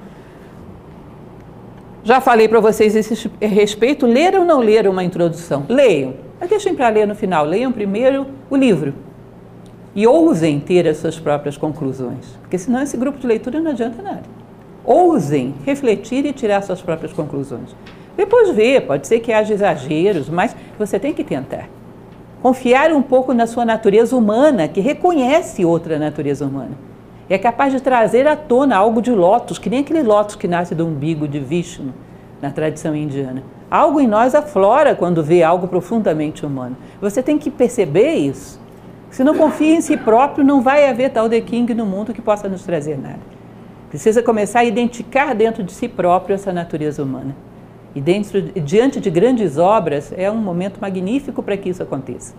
Já falei para vocês esse respeito, ler ou não ler uma introdução? Leiam, mas deixem para ler no final. Leiam primeiro o livro e ousem ter as suas próprias conclusões, porque senão esse grupo de leitura não adianta nada. Ousem refletir e tirar suas próprias conclusões. Depois vê, pode ser que haja exageros, mas você tem que tentar. Confiar um pouco na sua natureza humana, que reconhece outra natureza humana. É capaz de trazer à tona algo de lótus, que nem aquele lótus que nasce do umbigo de Vishnu, na tradição indiana. Algo em nós aflora quando vê algo profundamente humano. Você tem que perceber isso. Se não confia em si próprio, não vai haver tal The King no mundo que possa nos trazer nada. Precisa começar a identificar dentro de si próprio essa natureza humana. E dentro, diante de grandes obras, é um momento magnífico para que isso aconteça.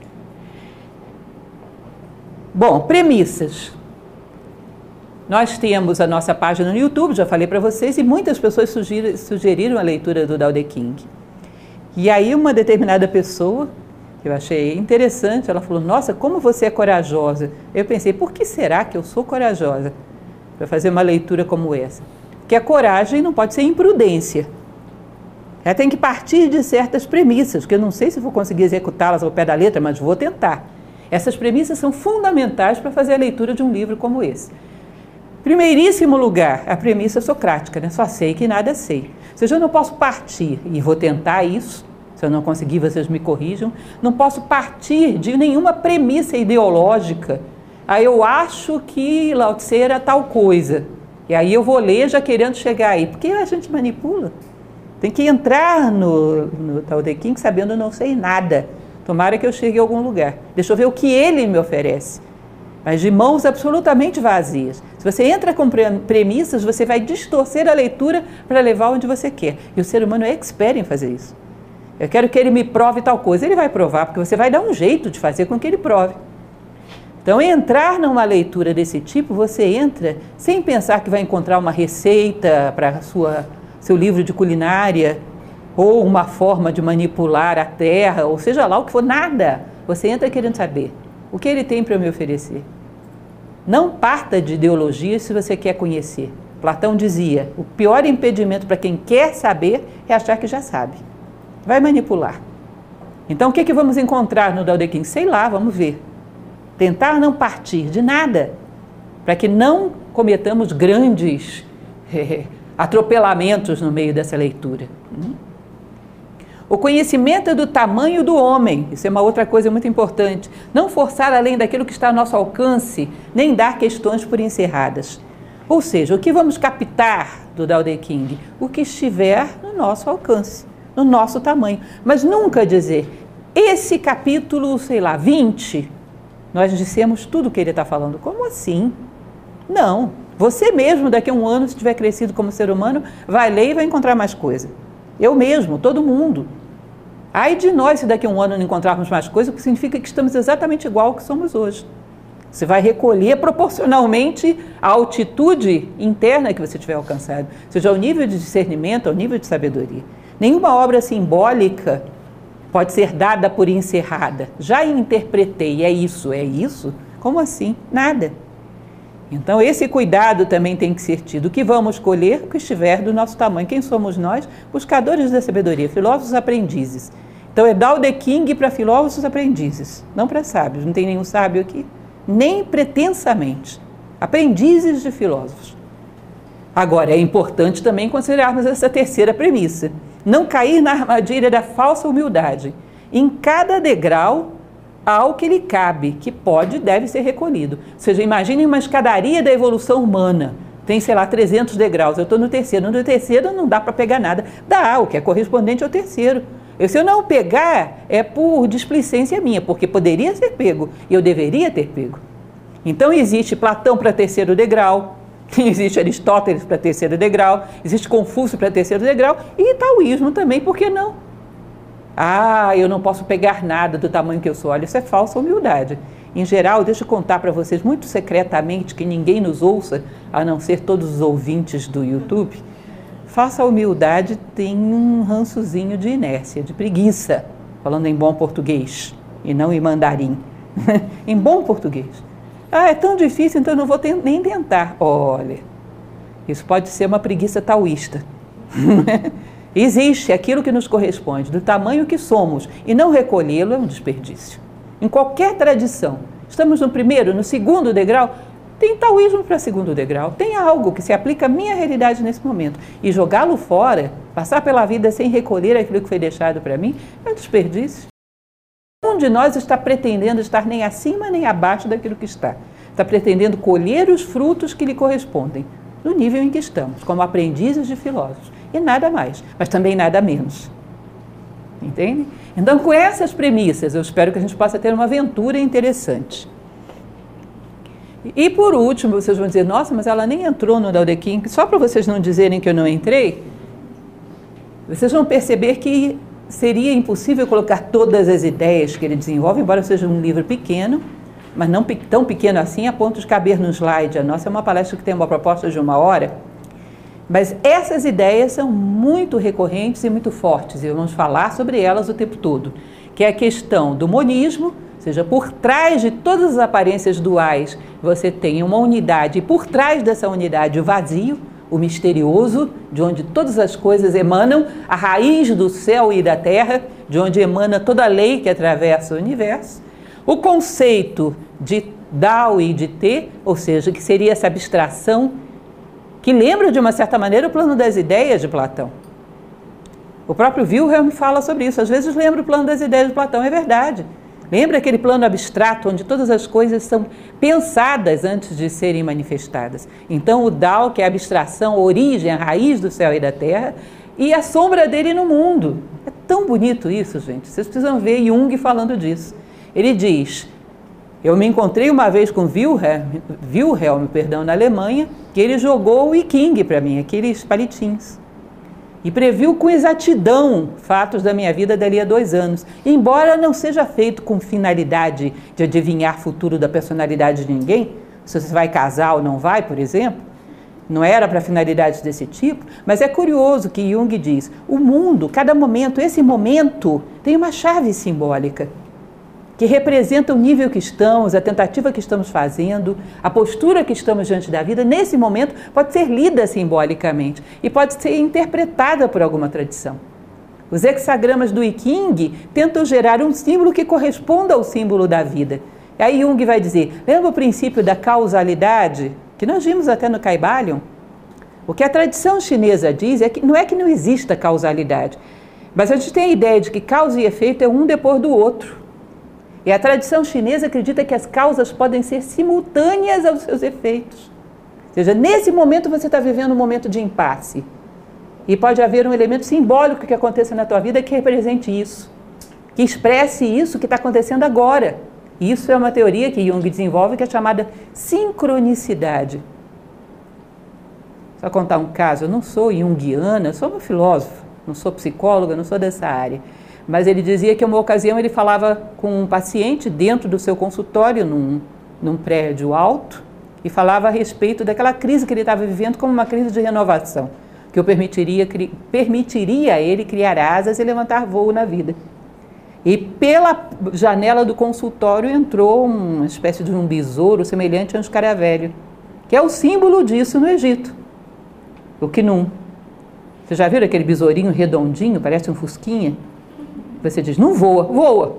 Bom, premissas. Nós temos a nossa página no YouTube, já falei para vocês, e muitas pessoas sugeriram, sugeriram a leitura do Tao Te Ching. E aí uma determinada pessoa, que eu achei interessante, ela falou, nossa, como você é corajosa. Eu pensei, por que será que eu sou corajosa para fazer uma leitura como essa? Porque a coragem não pode ser imprudência. Ela tem que partir de certas premissas, que eu não sei se vou conseguir executá-las ao pé da letra, mas vou tentar. Essas premissas são fundamentais para fazer a leitura de um livro como esse. Primeiríssimo lugar, a premissa socrática, né? Só sei que nada sei. Ou seja, eu não posso partir, e vou tentar isso, se eu não conseguir, vocês me corrijam, não posso partir de nenhuma premissa ideológica. Aí eu acho que Lao Tse era tal coisa, e aí eu vou ler já querendo chegar aí, porque a gente manipula. Tem que entrar no, no Tao Te Ching sabendo não sei nada. Tomara que eu chegue a algum lugar. Deixa eu ver o que ele me oferece. Mas de mãos absolutamente vazias. Se você entra com premissas, você vai distorcer a leitura para levar onde você quer. E o ser humano é expert em fazer isso. Eu quero que ele me prove tal coisa. Ele vai provar, porque você vai dar um jeito de fazer com que ele prove. Então, entrar numa leitura desse tipo, você entra sem pensar que vai encontrar uma receita para sua, seu livro de culinária, ou uma forma de manipular a terra, ou seja lá o que for, nada. Você entra querendo saber o que ele tem para me oferecer. Não parta de ideologia se você quer conhecer. Platão dizia, o pior impedimento para quem quer saber é achar que já sabe. Vai manipular. Então, o que, é que vamos encontrar no Tao Te Ching? Sei lá, vamos ver. Tentar não partir de nada, para que não cometamos grandes eh, atropelamentos no meio dessa leitura. O conhecimento é do tamanho do homem, isso é uma outra coisa muito importante. Não forçar além daquilo que está ao nosso alcance, nem dar questões por encerradas. Ou seja, o que vamos captar do Tao Te Ching? O que estiver no nosso alcance, no nosso tamanho. Mas nunca dizer, esse capítulo, sei lá, vinte, nós dissemos tudo o que ele está falando. Como assim? Não. Você mesmo, daqui a um ano, se tiver crescido como ser humano, vai ler e vai encontrar mais coisa. Eu mesmo, todo mundo. Ai de nós se daqui a um ano não encontrarmos mais coisa, o que significa que estamos exatamente igual ao que somos hoje. Você vai recolher proporcionalmente à altitude interna que você tiver alcançado, seja ao nível de discernimento, ao nível de sabedoria. Nenhuma obra simbólica pode ser dada por encerrada. Já interpretei, é isso, é isso? Como assim? Nada. Então, esse cuidado também tem que ser tido. O que vamos colher? O que estiver do nosso tamanho. Quem somos nós? Buscadores da sabedoria, filósofos aprendizes. Então, é Tao Te Ching para filósofos aprendizes, não para sábios. Não tem nenhum sábio aqui, nem pretensamente. Aprendizes de filósofos. Agora, é importante também considerarmos essa terceira premissa. Não cair na armadilha da falsa humildade. Em cada degrau, ao que lhe cabe, que pode e deve ser recolhido. Ou seja, imaginem uma escadaria da evolução humana. Tem, sei lá, trezentos degraus. Eu estou no terceiro. No terceiro não dá para pegar nada. Dá, o que é correspondente ao terceiro. Eu, se eu não pegar, é por displicência minha, porque poderia ser pego e eu deveria ter pego. Então, existe Platão para terceiro degrau, existe Aristóteles para terceiro degrau, existe Confúcio para terceiro degrau e taoísmo também, por que não? Ah, eu não posso pegar nada do tamanho que eu sou. Olha, isso é falsa humildade. Em geral, deixa eu contar para vocês muito secretamente, que ninguém nos ouça, a não ser todos os ouvintes do YouTube. Falsa humildade tem um rançozinho de inércia, de preguiça, falando em bom português e não em mandarim. Em bom português. Ah, é tão difícil, então eu não vou ter, nem tentar. Olha, isso pode ser uma preguiça taoísta. Existe aquilo que nos corresponde, do tamanho que somos, e não recolhê-lo é um desperdício. Em qualquer tradição, estamos no primeiro, no segundo degrau, tem taoísmo para segundo degrau, tem algo que se aplica à minha realidade nesse momento. E jogá-lo fora, passar pela vida sem recolher aquilo que foi deixado para mim, é um desperdício. Nenhum de nós está pretendendo estar nem acima nem abaixo daquilo que está. Está pretendendo colher os frutos que lhe correspondem, no nível em que estamos, como aprendizes de filósofos. E nada mais, mas também nada menos. Entende? Então, com essas premissas, eu espero que a gente possa ter uma aventura interessante. E por último, vocês vão dizer, nossa, mas ela nem entrou no Tao Te Ching. Só para vocês não dizerem que eu não entrei, vocês vão perceber que seria impossível colocar todas as ideias que ele desenvolve, embora seja um livro pequeno, mas não tão pequeno assim a ponto de caber no slide. A nossa é uma palestra que tem uma proposta de uma hora, mas essas ideias são muito recorrentes e muito fortes, e vamos falar sobre elas o tempo todo, que é a questão do monismo, ou seja, por trás de todas as aparências duais, você tem uma unidade, e por trás dessa unidade o vazio, o misterioso, de onde todas as coisas emanam, a raiz do céu e da terra, de onde emana toda a lei que atravessa o universo, o conceito de Tao e de Te, ou seja, que seria essa abstração, que lembra de uma certa maneira o plano das ideias de Platão. O próprio Wilhelm fala sobre isso, às vezes lembra o plano das ideias de Platão, é verdade. Lembra aquele plano abstrato onde todas as coisas são pensadas antes de serem manifestadas. Então o Tao, que é a abstração, a origem, a raiz do céu e da terra, e a sombra dele no mundo. É tão bonito isso, gente. Vocês precisam ver Jung falando disso. Ele diz, eu me encontrei uma vez com Wilhelm, Wilhelm perdão, na Alemanha, que ele jogou o I Ching para mim, aqueles palitinhos. E previu com exatidão fatos da minha vida dali a dois anos. Embora não seja feito com finalidade de adivinhar o futuro da personalidade de ninguém, se você vai casar ou não vai, por exemplo, não era para finalidades desse tipo, mas é curioso que Jung diz, o mundo, cada momento, esse momento tem uma chave simbólica, que representa o nível que estamos, a tentativa que estamos fazendo, a postura que estamos diante da vida, nesse momento pode ser lida simbolicamente e pode ser interpretada por alguma tradição. Os hexagramas do I Ching tentam gerar um símbolo que corresponda ao símbolo da vida. E aí Jung vai dizer, lembra o princípio da causalidade, que nós vimos até no Kybalion? O que a tradição chinesa diz é que não é que não exista causalidade, mas a gente tem a ideia de que causa e efeito é um depois do outro. E a tradição chinesa acredita que as causas podem ser simultâneas aos seus efeitos. Ou seja, nesse momento você está vivendo um momento de impasse. E pode haver um elemento simbólico que aconteça na tua vida que represente isso, que expresse isso que está acontecendo agora. E isso é uma teoria que Jung desenvolve que é chamada sincronicidade. Só contar um caso, eu não sou junguiana, sou uma filósofa, não sou psicóloga, não sou dessa área. Mas ele dizia que, em uma ocasião, ele falava com um paciente dentro do seu consultório, num, num prédio alto, e falava a respeito daquela crise que ele estava vivendo como uma crise de renovação, que o permitiria, permitiria a ele criar asas e levantar voo na vida. E pela janela do consultório entrou uma espécie de um besouro semelhante a um escaravelho, que é o símbolo disso no Egito, o Qinum. Você já viu aquele besourinho redondinho, parece um fusquinha? Você diz, não voa, voa.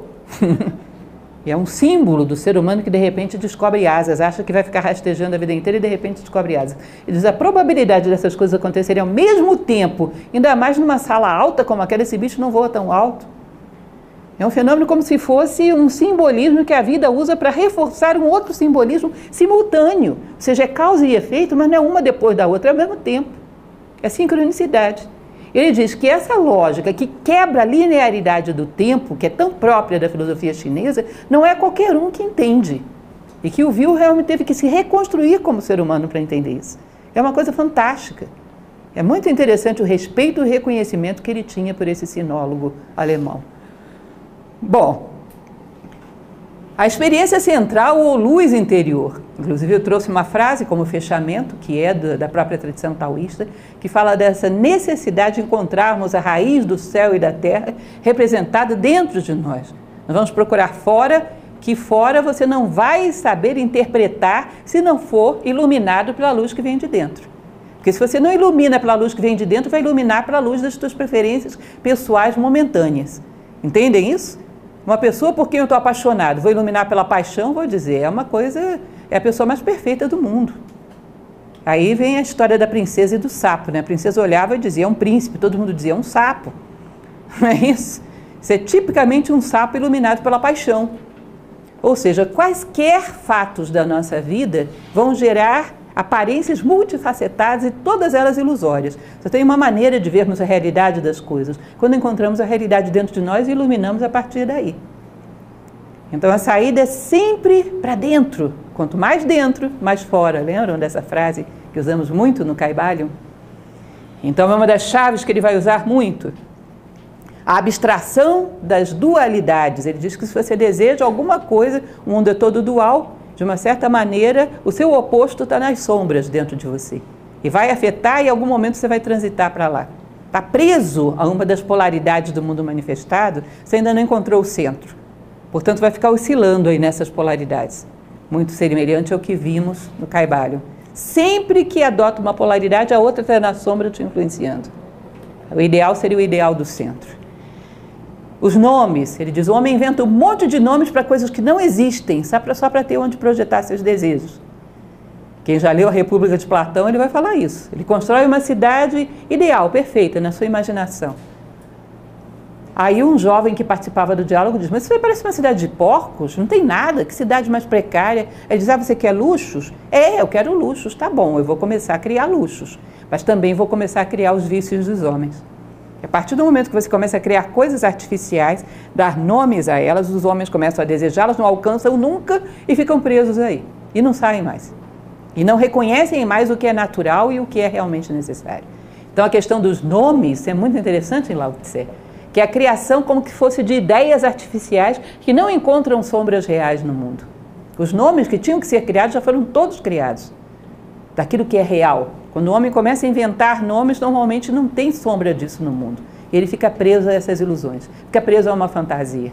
E é um símbolo do ser humano que de repente descobre asas, acha que vai ficar rastejando a vida inteira e de repente descobre asas. Ele diz, a probabilidade dessas coisas acontecerem ao mesmo tempo, ainda mais numa sala alta como aquela, esse bicho não voa tão alto. É um fenômeno como se fosse um simbolismo que a vida usa para reforçar um outro simbolismo simultâneo. Ou seja, é causa e efeito, mas não é uma depois da outra, é ao mesmo tempo. É sincronicidade. Ele diz que essa lógica que quebra a linearidade do tempo, que é tão própria da filosofia chinesa, não é qualquer um que entende. E que o Wilhelm teve que se reconstruir como ser humano para entender isso. É uma coisa fantástica. É muito interessante o respeito e o reconhecimento que ele tinha por esse sinólogo alemão. Bom, a experiência central ou luz interior. Inclusive eu trouxe uma frase como fechamento, que é da própria tradição taoísta, que fala dessa necessidade de encontrarmos a raiz do céu e da terra representada dentro de nós. Nós vamos procurar fora, que fora você não vai saber interpretar se não for iluminado pela luz que vem de dentro. Porque se você não ilumina pela luz que vem de dentro, vai iluminar pela luz das suas preferências pessoais momentâneas. Entendem isso? Uma pessoa por quem eu estou apaixonado, vou iluminar pela paixão, vou dizer, é uma coisa, é a pessoa mais perfeita do mundo. Aí vem a história da princesa e do sapo, né? A princesa olhava e dizia, é um príncipe, todo mundo dizia, é um sapo. Não é isso? Isso é tipicamente um sapo iluminado pela paixão. Ou seja, quaisquer fatos da nossa vida vão gerar aparências multifacetadas e todas elas ilusórias. Só tem uma maneira de vermos a realidade das coisas, quando encontramos a realidade dentro de nós e iluminamos a partir daí. Então a saída é sempre para dentro. Quanto mais dentro, mais fora. Lembram dessa frase que usamos muito no Kybalion? Então é uma das chaves que ele vai usar muito. A abstração das dualidades. Ele diz que se você deseja alguma coisa, o mundo é todo dual, de uma certa maneira, o seu oposto está nas sombras dentro de você. E vai afetar e em algum momento você vai transitar para lá. Está preso a uma das polaridades do mundo manifestado, você ainda não encontrou o centro. Portanto, vai ficar oscilando aí nessas polaridades. Muito semelhante ao que vimos no Kybalion. Sempre que adota uma polaridade, a outra está na sombra te influenciando. O ideal seria o ideal do centro. Os nomes, ele diz, o homem inventa um monte de nomes para coisas que não existem, só para só para ter onde projetar seus desejos. Quem já leu a República de Platão, ele vai falar isso. Ele constrói uma cidade ideal, perfeita, na sua imaginação. Aí um jovem que participava do diálogo diz, mas isso aí parece uma cidade de porcos, não tem nada, que cidade mais precária. Ele diz, ah, você quer luxos? É, eu quero luxos, tá bom, eu vou começar a criar luxos, mas também vou começar a criar os vícios dos homens. A partir do momento que você começa a criar coisas artificiais, dar nomes a elas, os homens começam a desejá-las, não alcançam nunca e ficam presos aí, e não saem mais. E não reconhecem mais o que é natural e o que é realmente necessário. Então a questão dos nomes é muito interessante em Lao Tse, que é a criação como que fosse de ideias artificiais que não encontram sombras reais no mundo. Os nomes que tinham que ser criados já foram todos criados, daquilo que é real. Quando o homem começa a inventar nomes, normalmente não tem sombra disso no mundo. Ele fica preso a essas ilusões, fica preso a uma fantasia.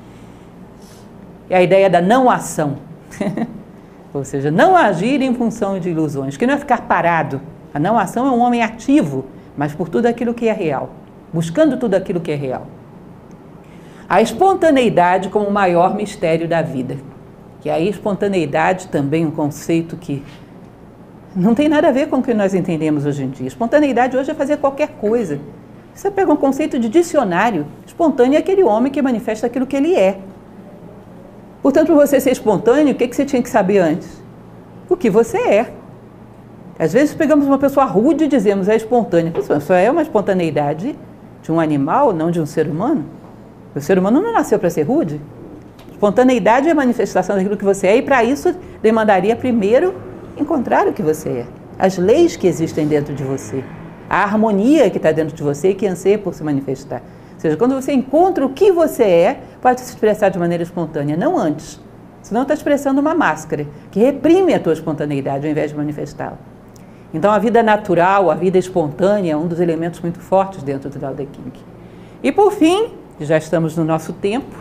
É a ideia da não ação. Ou seja, não agir em função de ilusões, que não é ficar parado. A não ação é um homem ativo, mas por tudo aquilo que é real, buscando tudo aquilo que é real. A espontaneidade como o maior mistério da vida. Que aí espontaneidade também é um conceito que não tem nada a ver com o que nós entendemos hoje em dia. Espontaneidade hoje é fazer qualquer coisa. Você pega um conceito de dicionário. Espontâneo é aquele homem que manifesta aquilo que ele é. Portanto, para você ser espontâneo, o que você tinha que saber antes? O que você é. Às vezes pegamos uma pessoa rude e dizemos, é espontânea. Isso é uma espontaneidade de um animal, não de um ser humano. O ser humano não nasceu para ser rude. Espontaneidade é a manifestação daquilo que você é e para isso demandaria primeiro encontrar o que você é. As leis que existem dentro de você. A harmonia que está dentro de você e que anseia por se manifestar. Ou seja, quando você encontra o que você é, pode se expressar de maneira espontânea, não antes. Senão está expressando uma máscara que reprime a tua espontaneidade ao invés de manifestá-la. Então a vida natural, a vida espontânea é um dos elementos muito fortes dentro do Tao Te Ching. E por fim, já estamos no nosso tempo,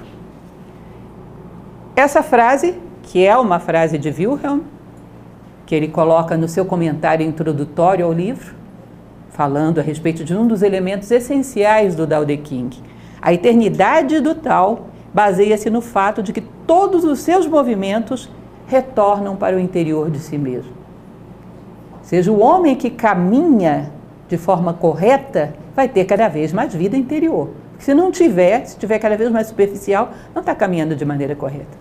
essa frase, que é uma frase de Wilhelm, que ele coloca no seu comentário introdutório ao livro, falando a respeito de um dos elementos essenciais do Tao Te Ching. A eternidade do Tao baseia-se no fato de que todos os seus movimentos retornam para o interior de si mesmo. Ou seja, o homem que caminha de forma correta vai ter cada vez mais vida interior. Porque se não tiver, se tiver cada vez mais superficial, não está caminhando de maneira correta.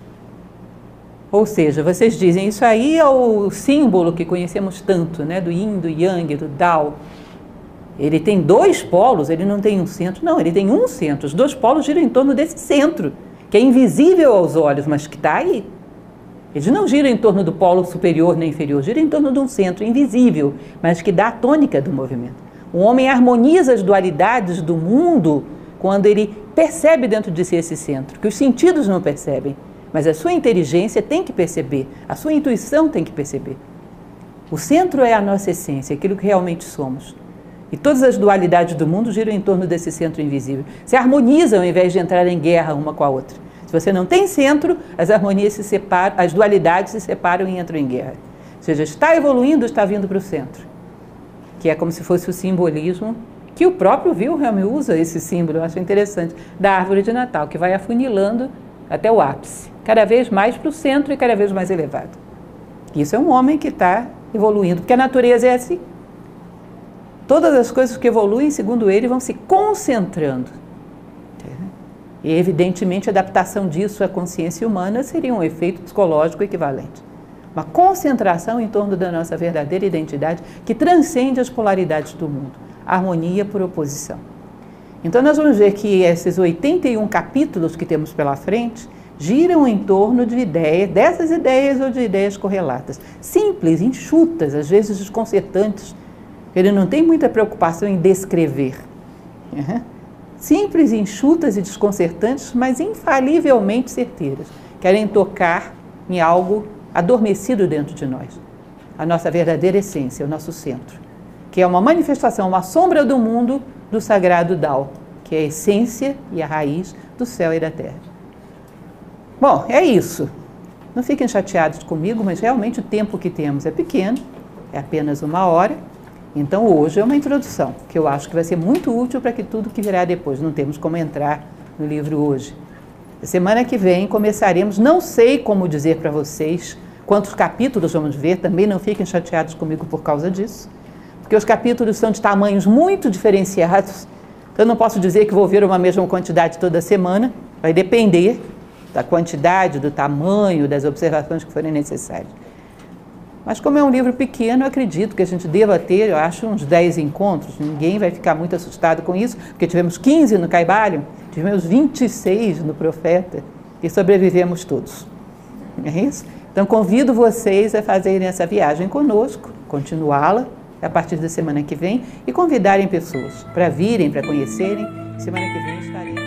Ou seja, vocês dizem, isso aí é o símbolo que conhecemos tanto, né? Do Yin, do Yang, do Tao. Ele tem dois polos, ele não tem um centro. Não, ele tem um centro. Os dois polos giram em torno desse centro, que é invisível aos olhos, mas que está aí. Eles não giram em torno do polo superior nem inferior, giram em torno de um centro invisível, mas que dá a tônica do movimento. O homem harmoniza as dualidades do mundo quando ele percebe dentro de si esse centro, que os sentidos não percebem. Mas a sua inteligência tem que perceber, a sua intuição tem que perceber. O centro é a nossa essência, aquilo que realmente somos. E todas as dualidades do mundo giram em torno desse centro invisível. Se harmonizam ao invés de entrar em guerra uma com a outra. Se você não tem centro, as harmonias se separam, as dualidades se separam e entram em guerra. Ou seja, está evoluindo, está vindo para o centro. Que é como se fosse o simbolismo, que o próprio Wilhelm usa esse símbolo, eu acho interessante, da árvore de Natal, que vai afunilando até o ápice. Cada vez mais para o centro e cada vez mais elevado. Isso é um homem que está evoluindo, porque a natureza é assim. Todas as coisas que evoluem, segundo ele, vão se concentrando. E, evidentemente, a adaptação disso à consciência humana seria um efeito psicológico equivalente. Uma concentração em torno da nossa verdadeira identidade que transcende as polaridades do mundo. Harmonia por oposição. Então, nós vamos ver que esses oitenta e um capítulos que temos pela frente giram em torno de ideias, dessas ideias ou de ideias correlatas. Simples, enxutas, às vezes desconcertantes. Ele não tem muita preocupação em descrever. Uhum. Simples, enxutas e desconcertantes, mas infalivelmente certeiras. Querem tocar em algo adormecido dentro de nós. A nossa verdadeira essência, o nosso centro. Que é uma manifestação, uma sombra do mundo do sagrado Tao, que é a essência e a raiz do céu e da terra. Bom, é isso. Não fiquem chateados comigo, mas realmente o tempo que temos é pequeno, é apenas uma hora. Então hoje é uma introdução, que eu acho que vai ser muito útil para que tudo que virá depois. Não temos como entrar no livro hoje. A semana que vem começaremos, não sei como dizer para vocês quantos capítulos vamos ver, também não fiquem chateados comigo por causa disso, porque os capítulos são de tamanhos muito diferenciados. Eu não posso dizer que vou ver uma mesma quantidade toda semana, vai depender da quantidade, do tamanho, das observações que forem necessárias. Mas como é um livro pequeno, eu acredito que a gente deva ter, eu acho, uns dez encontros. Ninguém vai ficar muito assustado com isso, porque tivemos quinze no Caibalion, tivemos vinte e seis no Profeta e sobrevivemos todos. É isso? Então convido vocês a fazerem essa viagem conosco, continuá-la a partir da semana que vem e convidarem pessoas para virem, para conhecerem. Semana que vem estarei